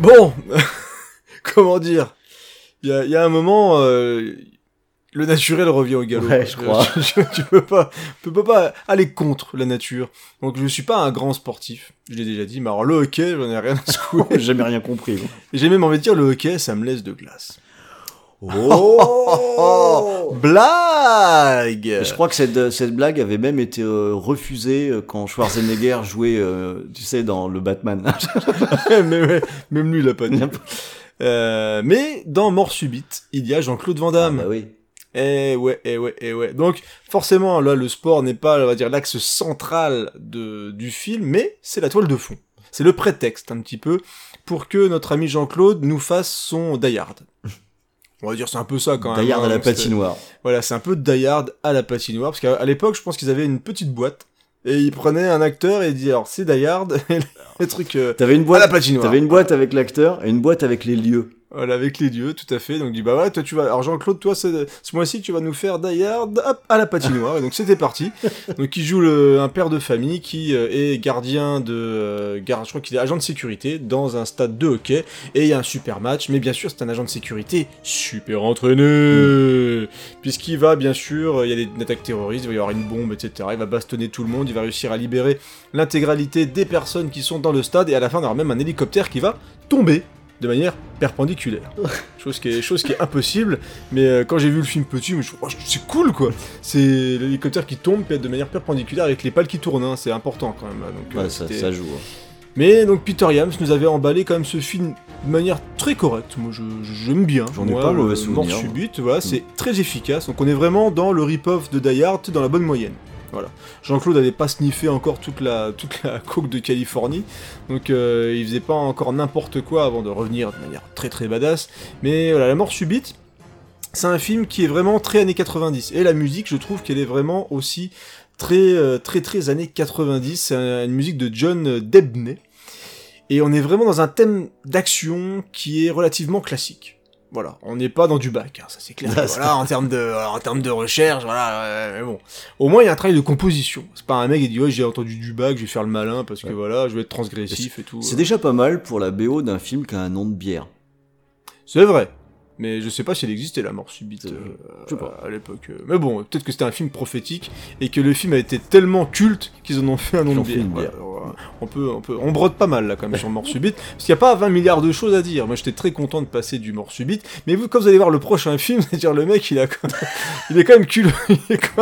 Bon, comment dire, il y a un moment, le naturel revient au galop. Ouais, je crois. Tu peux pas aller contre la nature. Donc je suis pas un grand sportif, je l'ai déjà dit, mais alors le hockey, j'en ai rien à secouer. J'ai jamais rien compris. Quoi. J'ai même envie de dire, le hockey, ça me laisse de glace. Oh Blague. Et je crois que cette blague avait même été refusée quand Schwarzenegger jouait, tu sais, dans le Batman. Même lui, il a pas dit. Mais dans Mort subite, il y a Jean-Claude Van Damme. Ah bah oui. Eh ouais. Donc, forcément, là, le sport n'est pas, on va dire, l'axe central du film, mais c'est la toile de fond. C'est le prétexte, un petit peu, pour que notre ami Jean-Claude nous fasse son Die Hard. On va dire, c'est un peu ça, quand même. Die Hard à la patinoire. Voilà, c'est un peu Die Hard à la patinoire, parce qu'à l'époque, je pense qu'ils avaient une petite boîte, et ils prenaient un acteur et ils disaient, alors, c'est Die Hard, et le truc, T'avais une boîte, à la patinoire. T'avais une boîte avec l'acteur et une boîte avec les lieux. Voilà, avec les dieux, tout à fait. Donc, il dit, bah ouais, toi, tu vas, alors Jean-Claude, toi, ce mois-ci, tu vas nous faire Die Hard, hop, à la patinoire. Et donc, c'était parti. Donc, il joue un père de famille qui est gardien je crois qu'il est agent de sécurité dans un stade de hockey. Et il y a un super match. Mais bien sûr, c'est un agent de sécurité super entraîné. Puisqu'il va, bien sûr, il y a une attaque terroriste, il va y avoir une bombe, etc. Il va bastonner tout le monde, il va réussir à libérer l'intégralité des personnes qui sont dans le stade. Et à la fin, on aura même un hélicoptère qui va tomber de manière perpendiculaire. Chose qui est impossible, mais quand j'ai vu le film petit, je me suis dit, c'est cool quoi. C'est l'hélicoptère qui tombe de manière perpendiculaire avec les pales qui tournent, hein. C'est important quand même. Donc, ouais, ça joue. Hein. Mais donc Peter Yams nous avait emballé quand même ce film de manière très correcte. Moi j'aime bien. J'en ai pas un mauvais souvenir. Mort subite, voilà, c'est très efficace. Donc on est vraiment dans le rip-off de Die Hard, dans la bonne moyenne. Voilà. Jean-Claude n'avait pas sniffé encore toute la coke de Californie, donc il faisait pas encore n'importe quoi avant de revenir de manière très très badass. Mais voilà, La Mort subite, c'est un film qui est vraiment très années 90, et la musique, je trouve qu'elle est vraiment aussi très années 90. C'est une musique de John Debney, et on est vraiment dans un thème d'action qui est relativement classique. Voilà, on n'est pas dans du bac, hein, ça c'est clair. Voilà, en termes de recherche, voilà, mais bon. Au moins, il y a un travail de composition. C'est pas un mec qui dit, ouais, j'ai entendu du bac, je vais faire le malin parce que voilà, je vais être transgressif et tout. C'est déjà pas mal pour la BO d'un film qui a un nom de bière. C'est vrai. Mais je sais pas si elle existait, La Mort subite, je sais pas. à l'époque. Mais bon, peut-être que c'était un film prophétique, et que le film a été tellement culte qu'ils en ont fait un nom de bière. Voilà. On brode pas mal, là, quand même, sur Mort subite, parce qu'il n'y a pas 20 milliards de choses à dire. Moi, j'étais très content de passer du Mort subite, mais vous, quand vous allez voir le prochain film, c'est-à-dire le mec, il est quand même culotté.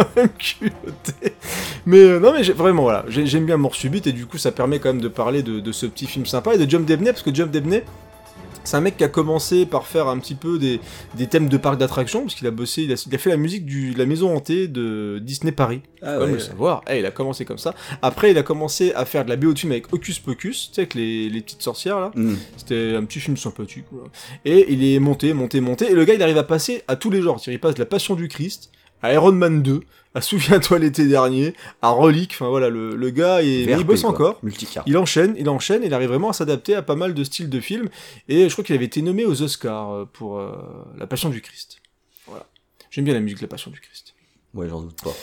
Mais, non, mais vraiment, voilà, j'aime bien Mort subite, et du coup, ça permet quand même de parler de ce petit film sympa, et de John Debney, parce que John Debney, c'est un mec qui a commencé par faire un petit peu des thèmes de parcs d'attractions, parce qu'il a bossé, il a fait la musique de la maison hantée de Disney Paris. Comme le savoir. Il a commencé comme ça. Après, il a commencé à faire de la BO de film avec Hocus Pocus, tu sais, avec les petites sorcières, là. C'était un petit film sympathique, quoi. Et il est monté, et le gars, il arrive à passer à tous les genres. Il passe de la Passion du Christ à Iron Man 2, à Souviens-toi l'été dernier, à Relique, enfin voilà, le gars, il bosse encore, multicarte. Il enchaîne, il arrive vraiment à s'adapter à pas mal de styles de films, et je crois qu'il avait été nommé aux Oscars pour La Passion du Christ. Voilà. J'aime bien la musique de La Passion du Christ. Ouais, j'en doute pas.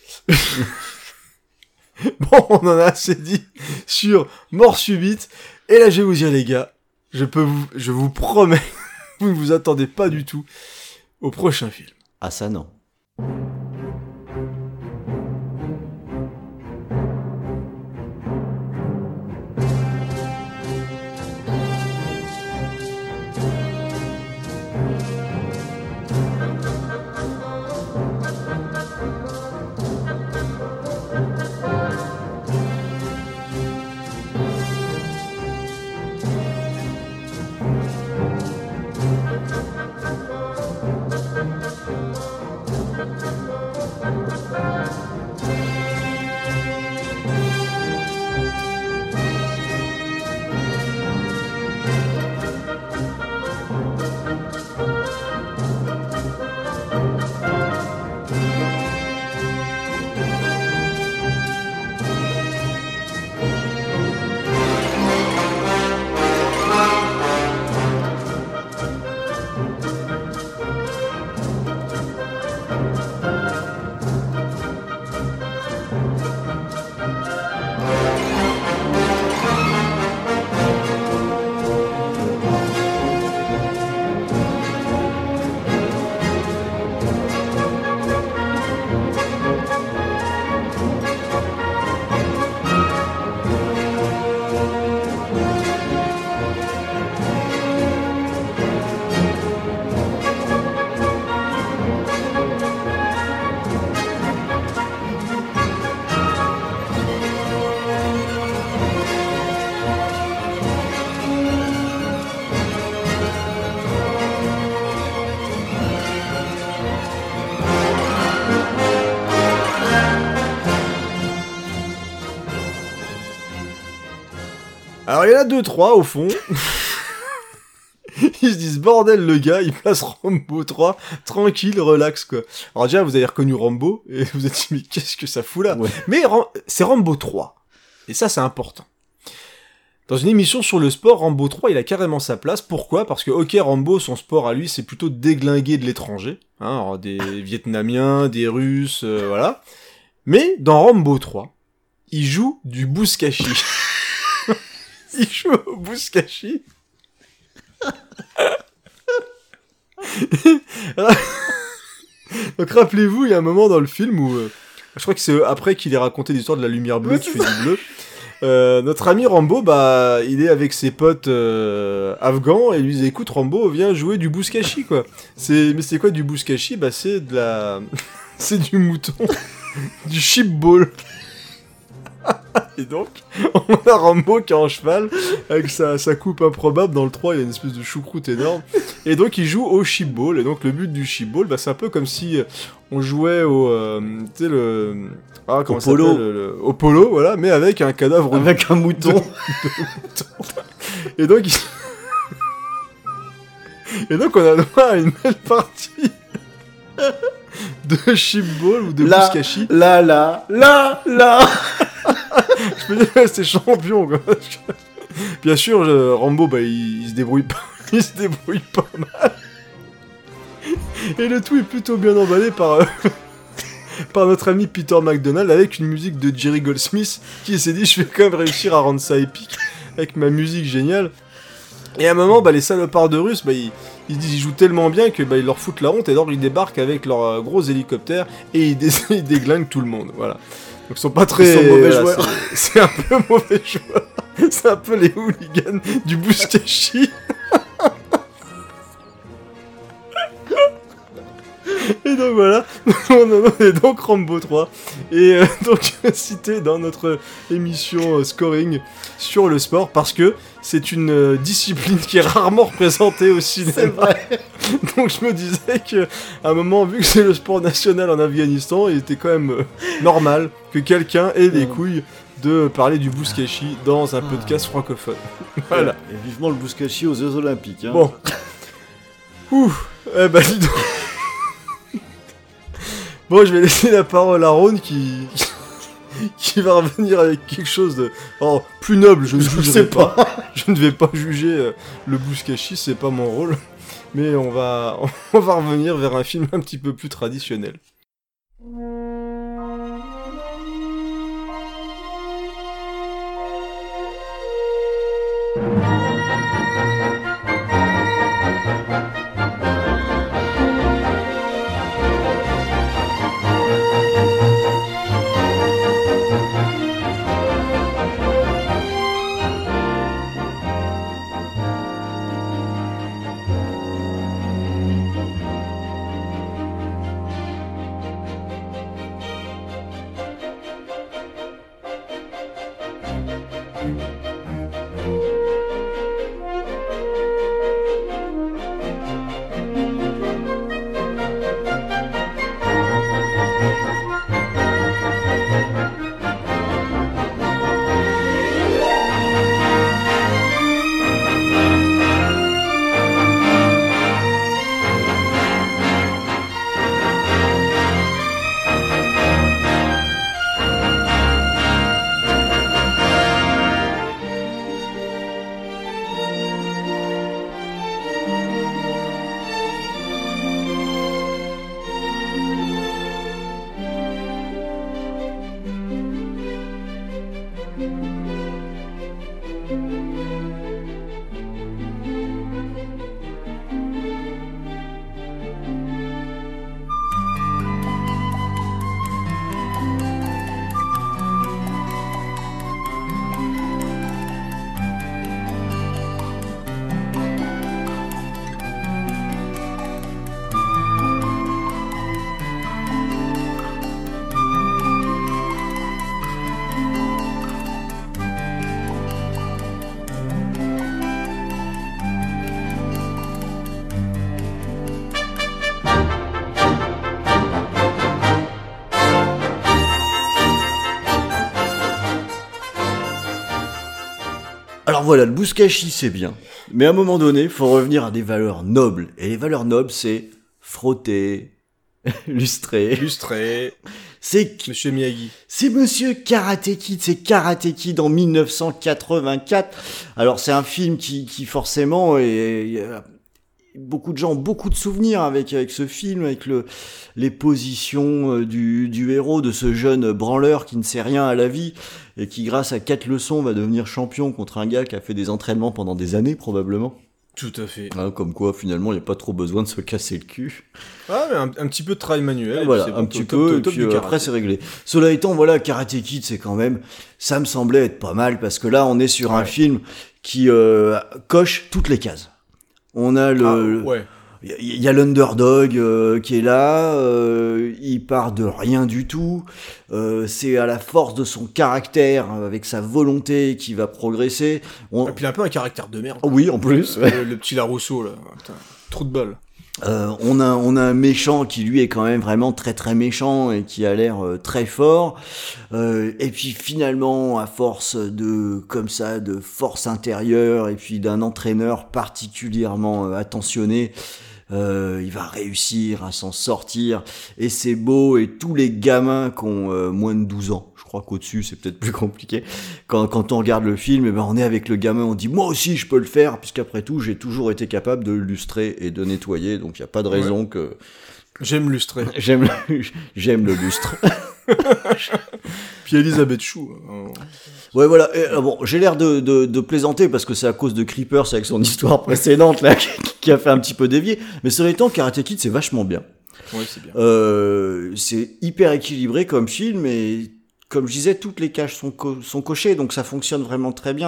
Bon, on en a assez dit sur Mort subite, et là je vais vous dire les gars, je vous promets, vous ne vous attendez pas du tout au prochain film. Ah ça non. Alors il y en a 2-3 au fond. Ils se disent bordel le gars, il place Rambo 3, tranquille, relax quoi. Alors déjà vous avez reconnu Rambo, et vous êtes dit mais qu'est-ce que ça fout là, mais c'est Rambo 3. Et ça c'est important. Dans une émission sur le sport, Rambo 3 il a carrément sa place. Pourquoi ? Parce que ok Rambo, son sport à lui c'est plutôt déglinguer de l'étranger. Hein, alors, des Vietnamiens, des Russes, voilà. Mais dans Rambo 3, il joue du bouskashi. Il joue au bouskashi. Donc rappelez-vous, il y a un moment dans le film où je crois que c'est après qu'il ait raconté l'histoire de la lumière bleue qui fait du bleu. Notre ami Rambo, bah, il est avec ses potes afghans et il lui dit écoute Rambo, viens jouer du bouskashi quoi. Mais c'est quoi du bouskashi ? Bah c'est de la, c'est du mouton, du sheep ball. Et donc, on a Rambo qui est en cheval, avec sa coupe improbable. Dans le 3, il y a une espèce de choucroute énorme. Et donc, il joue au sheep ball. Et donc, le but du sheep ball, bah, c'est un peu comme si on jouait au... tu sais, le... Ah, comment ça s'appelle, au polo, voilà, mais avec un cadavre... Avec un mouton. De mouton. Et donc, Et donc, on a droit à une belle partie... de sheep ball ou de bouskashi. Là. Je peux dire, c'est champion, quoi. Bien sûr, Rambo, bah, il se débrouille pas. Il se débrouille pas mal. Et le tout est plutôt bien emballé par notre ami Peter McDonald avec une musique de Jerry Goldsmith qui s'est dit, je vais quand même réussir à rendre ça épique avec ma musique géniale. Et à un moment, bah, les salopards de Russes, bah, ils jouent tellement bien que bah, ils leur foutent la honte et alors ils débarquent avec leurs gros hélicoptères et ils déglinguent tout le monde, voilà. Donc ils sont pas très... Ils sont mauvais joueurs. C'est un peu mauvais joueurs. C'est un peu les hooligans du bouskashi. Et donc voilà, on est donc Rambo 3. Et donc cité dans notre émission Scoring sur le sport parce que c'est une discipline qui est rarement représentée au cinéma. C'est vrai. Donc je me disais que à un moment, vu que c'est le sport national en Afghanistan, il était quand même normal que quelqu'un ait les couilles de parler du bouskashi dans un podcast francophone. Voilà. Et vivement le bouskashi aux Jeux Olympiques. Hein. Bon. Ouh. Eh ben dis donc. Bon, je vais laisser la parole à Ron qui va revenir avec quelque chose de plus noble. Je ne jugerai pas. Je ne vais pas juger le bouskashi, c'est pas mon rôle. Mais on va revenir vers un film un petit peu plus traditionnel. Alors voilà, le bouskashi c'est bien, mais à un moment donné, faut revenir à des valeurs nobles. Et les valeurs nobles, c'est frotter, lustrer. Monsieur Miyagi. C'est Monsieur Karate Kid, c'est Karate Kid en 1984. Alors c'est un film qui forcément beaucoup de gens ont beaucoup de souvenirs avec ce film, avec les positions du héros, de ce jeune branleur qui ne sait rien à la vie et qui, grâce à 4 leçons, va devenir champion contre un gars qui a fait des entraînements pendant des années, probablement. Tout à fait. Comme quoi, finalement, il n'y a pas trop besoin de se casser le cul. Ah, mais un petit peu de travail manuel. Voilà, un petit peu, et puis après, c'est réglé. Cela étant, voilà, Karate Kid, c'est quand même... Ça me semblait être pas mal, parce que là, on est sur un film qui coche toutes les cases. On a il y a l'underdog qui est là, il part de rien du tout, c'est à la force de son caractère, avec sa volonté, qui va progresser. Et puis il a un peu un caractère de merde. Oui, en plus. Le petit Larousseau, là. Putain, trop de bol. On a un méchant qui lui est quand même vraiment très très méchant et qui a l'air très fort, et puis finalement, à force de force intérieure et puis d'un entraîneur particulièrement attentionné, il va réussir à s'en sortir, et c'est beau. Et tous les gamins qui ont moins de 12 ans, je crois qu'au-dessus c'est peut-être plus compliqué, quand on regarde le film, et ben on est avec le gamin, on dit moi aussi je peux le faire, puisqu'après tout j'ai toujours été capable de lustrer et de nettoyer, donc il n'y a pas de raison que... J'aime lustrer. J'aime le lustre. Puis Elisabeth Chou. Ouais, voilà. Et, bon, j'ai l'air de plaisanter parce que c'est à cause de Creepers avec son histoire précédente là qui a fait un petit peu dévier. Mais cela étant, Karate Kid c'est vachement bien. Ouais, c'est bien. C'est hyper équilibré comme film, et comme je disais, toutes les cases sont cochées, donc ça fonctionne vraiment très bien.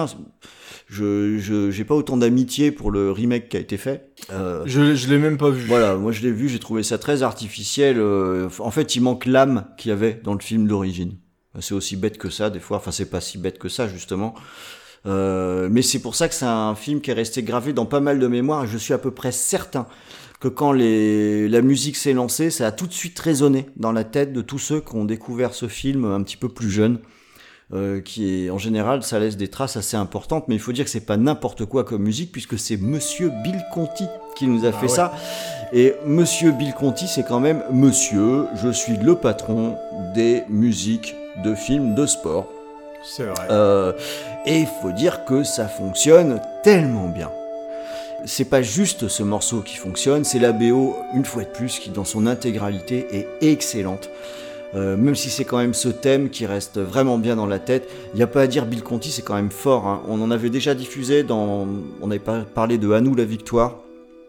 J'ai pas autant d'amitié pour le remake qui a été fait. Je l'ai même pas vu. Voilà, moi je l'ai vu, j'ai trouvé ça très artificiel. En fait, il manque l'âme qu'il y avait dans le film d'origine. C'est aussi bête que ça, des fois. Enfin, c'est pas si bête que ça, justement. Mais c'est pour ça que c'est un film qui est resté gravé dans pas mal de mémoires, et je suis à peu près certain que quand la musique s'est lancée, ça a tout de suite résonné dans la tête de tous ceux qui ont découvert ce film un petit peu plus jeunes. Qui est, en général, ça laisse des traces assez importantes, mais il faut dire que c'est pas n'importe quoi comme musique, puisque c'est Monsieur Bill Conti qui nous a fait ça. Et Monsieur Bill Conti, c'est quand même Monsieur, je suis le patron des musiques de films de sport. C'est vrai. Et il faut dire que ça fonctionne tellement bien. C'est pas juste ce morceau qui fonctionne, c'est la BO, une fois de plus, qui dans son intégralité est excellente. Même si c'est quand même ce thème qui reste vraiment bien dans la tête, il n'y a pas à dire, Bill Conti c'est quand même fort, hein. On en avait déjà diffusé on avait parlé de À nous la victoire,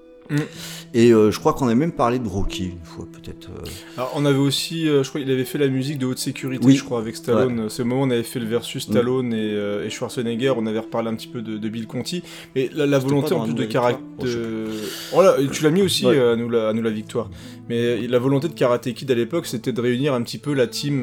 et je crois qu'on a même parlé de Rocky une fois peut-être. Alors on avait aussi, je crois qu'il avait fait la musique de Haute Sécurité, oui, je crois, avec Stallone. Ouais. C'est au moment où on avait fait le versus Stallone et Schwarzenegger, on avait reparlé un petit peu de Bill Conti, mais la volonté en plus de caractère. Voilà, tu l'as mis aussi, ouais. À nous la victoire. Mais la volonté de Karate Kid à l'époque, c'était de réunir un petit peu la team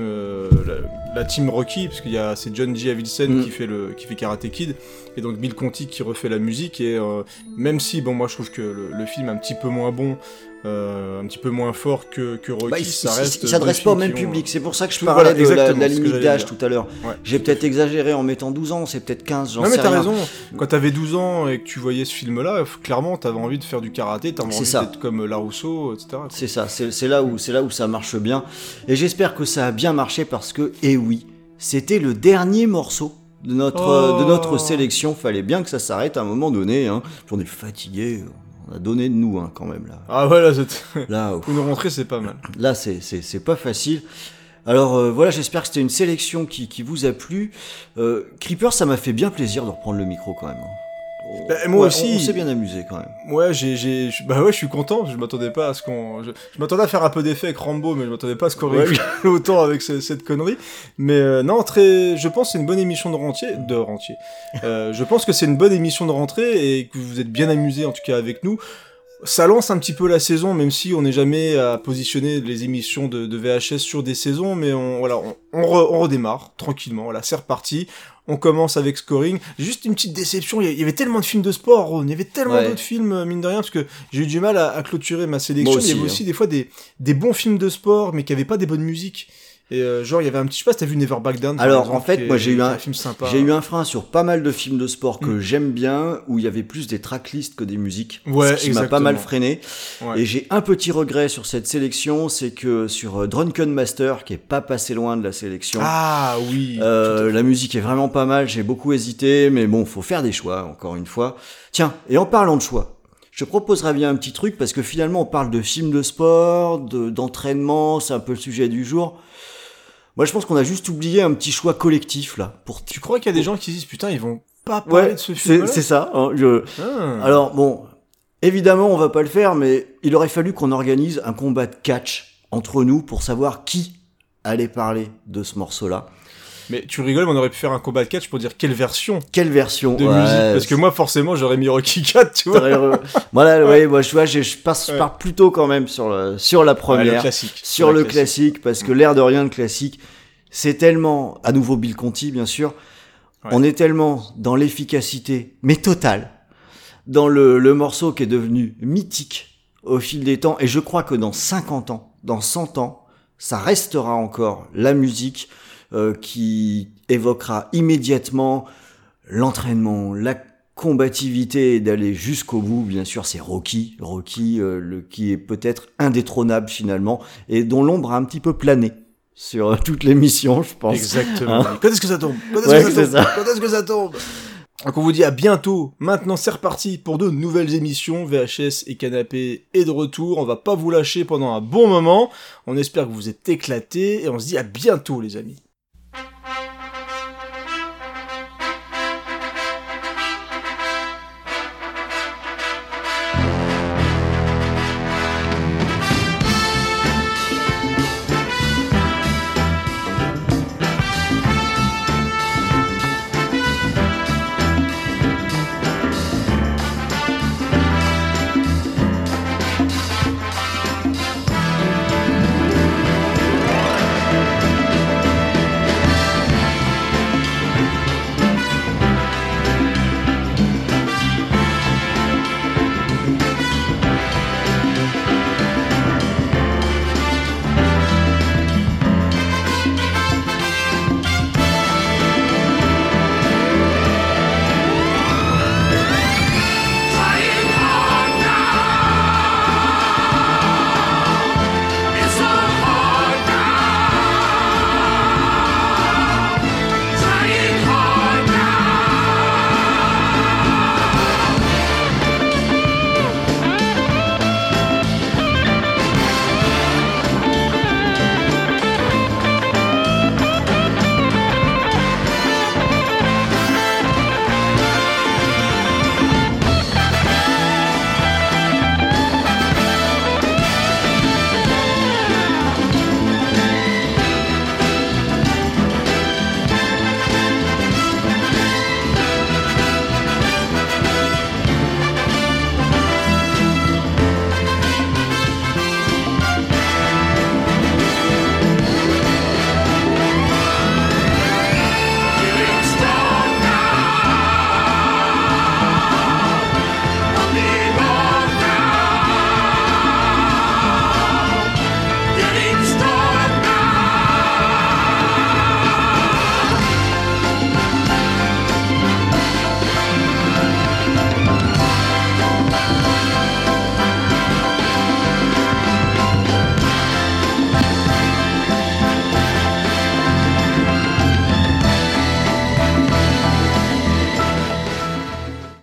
Rocky, parce c'est John G. Avildsen qui fait Karate Kid, et donc Bill Conti qui refait la musique. Et même si, bon, moi je trouve que le film est un petit peu moins bon, un petit peu moins fort que Rocky, ça reste. Il s'adresse pas au même public, c'est pour ça que je parlais de la limite d'âge tout à l'heure. Ouais, j'ai peut-être exagéré en mettant 12 ans, c'est peut-être 15, j'en sais rien. Non mais t'as raison, quand t'avais 12 ans et que tu voyais ce film-là, clairement t'avais envie de faire du karaté, t'avais envie d'être comme Larousseau, etc. C'est ça, c'est là où ça marche bien. Et j'espère que ça a bien marché parce que, oui, c'était le dernier morceau de notre sélection. Fallait bien que ça s'arrête à un moment donné, hein. On est fatigué. On a donné de nous, hein, quand même, là. Ah ouais, là, pour une rentrée, c'est pas mal. Là, c'est pas facile. Alors, voilà, j'espère que c'était une sélection qui vous a plu. Creeper, ça m'a fait bien plaisir de reprendre le micro, quand même. Moi aussi. On s'est bien amusé, quand même. Ouais, je suis content. Je m'attendais pas à ce je m'attendais à faire un peu d'effet avec Rambo, mais je m'attendais pas à ce qu'on rigole autant avec cette connerie. Mais non, je pense que c'est une bonne émission de rentier. Je pense que c'est une bonne émission de rentrée et que vous êtes bien amusés, en tout cas avec nous. Ça lance un petit peu la saison, même si on n'est jamais à positionner les émissions de VHS sur des saisons, mais on redémarre tranquillement. Voilà, c'est reparti. On commence avec Scoring. Juste une petite déception, il y avait tellement de films de sport, Ron. Il y avait tellement d'autres films, mine de rien, parce que j'ai eu du mal à clôturer ma sélection. Aussi, il y avait aussi des fois des bons films de sport, mais qui n'avaient pas des bonnes musiques. Et genre, il y avait un petit... Je sais pas si t'as vu Never Back Down. Alors, exemple, en fait, moi, j'ai eu un film sympa. J'ai eu un frein sur pas mal de films de sport que j'aime bien, où il y avait plus des tracklists que des musiques. Ouais, ce qui m'a pas exactement. mal freiné. Ouais. Et j'ai un petit regret sur cette sélection, c'est que sur Drunken Master, qui est pas passé loin de la sélection, Ah oui. la musique est vraiment pas mal, j'ai beaucoup hésité, mais bon, faut faire des choix, encore une fois. Tiens, et en parlant de choix, je te proposerais bien un petit truc, parce que finalement, on parle de films de sport, d'entraînement, c'est un peu le sujet du jour. Moi, je pense qu'on a juste oublié un petit choix collectif, là. Tu crois qu'il y a des gens qui se disent, putain, ils vont pas parler de ce film-là? c'est ça. Hein, Ah. Alors, bon, évidemment, on va pas le faire, mais il aurait fallu qu'on organise un combat de catch entre nous pour savoir qui allait parler de ce morceau-là. Mais tu rigoles, mais on aurait pu faire un combat de catch pour dire quelle version Quelle version de musique. Parce que moi, forcément, j'aurais mis Rocky 4, tu vois. Voilà, ouais, moi, je vois, je pars plutôt quand même sur la première. Ouais, le classique. Sur le classique, parce que l'air de rien, le classique, c'est tellement, à nouveau Bill Conti, bien sûr, on est tellement dans l'efficacité, mais totale, dans le morceau qui est devenu mythique au fil des temps, et je crois que dans 50 ans, dans 100 ans, ça restera encore la musique qui évoquera immédiatement l'entraînement, la combativité et d'aller jusqu'au bout. Bien sûr, c'est Rocky, qui est peut-être indétrônable finalement, et dont l'ombre a un petit peu plané sur toute l'émission, je pense. Exactement. Hein. Quand est-ce que ça tombe? Quand est-ce Ouais, que ça c'est tombe? ça. Quand est-ce que ça tombe? Donc on vous dit à bientôt. Maintenant c'est reparti pour de nouvelles émissions. VHS et Canapé est de retour. On va pas vous lâcher pendant un bon moment. On espère que vous êtes éclatés et on se dit à bientôt les amis.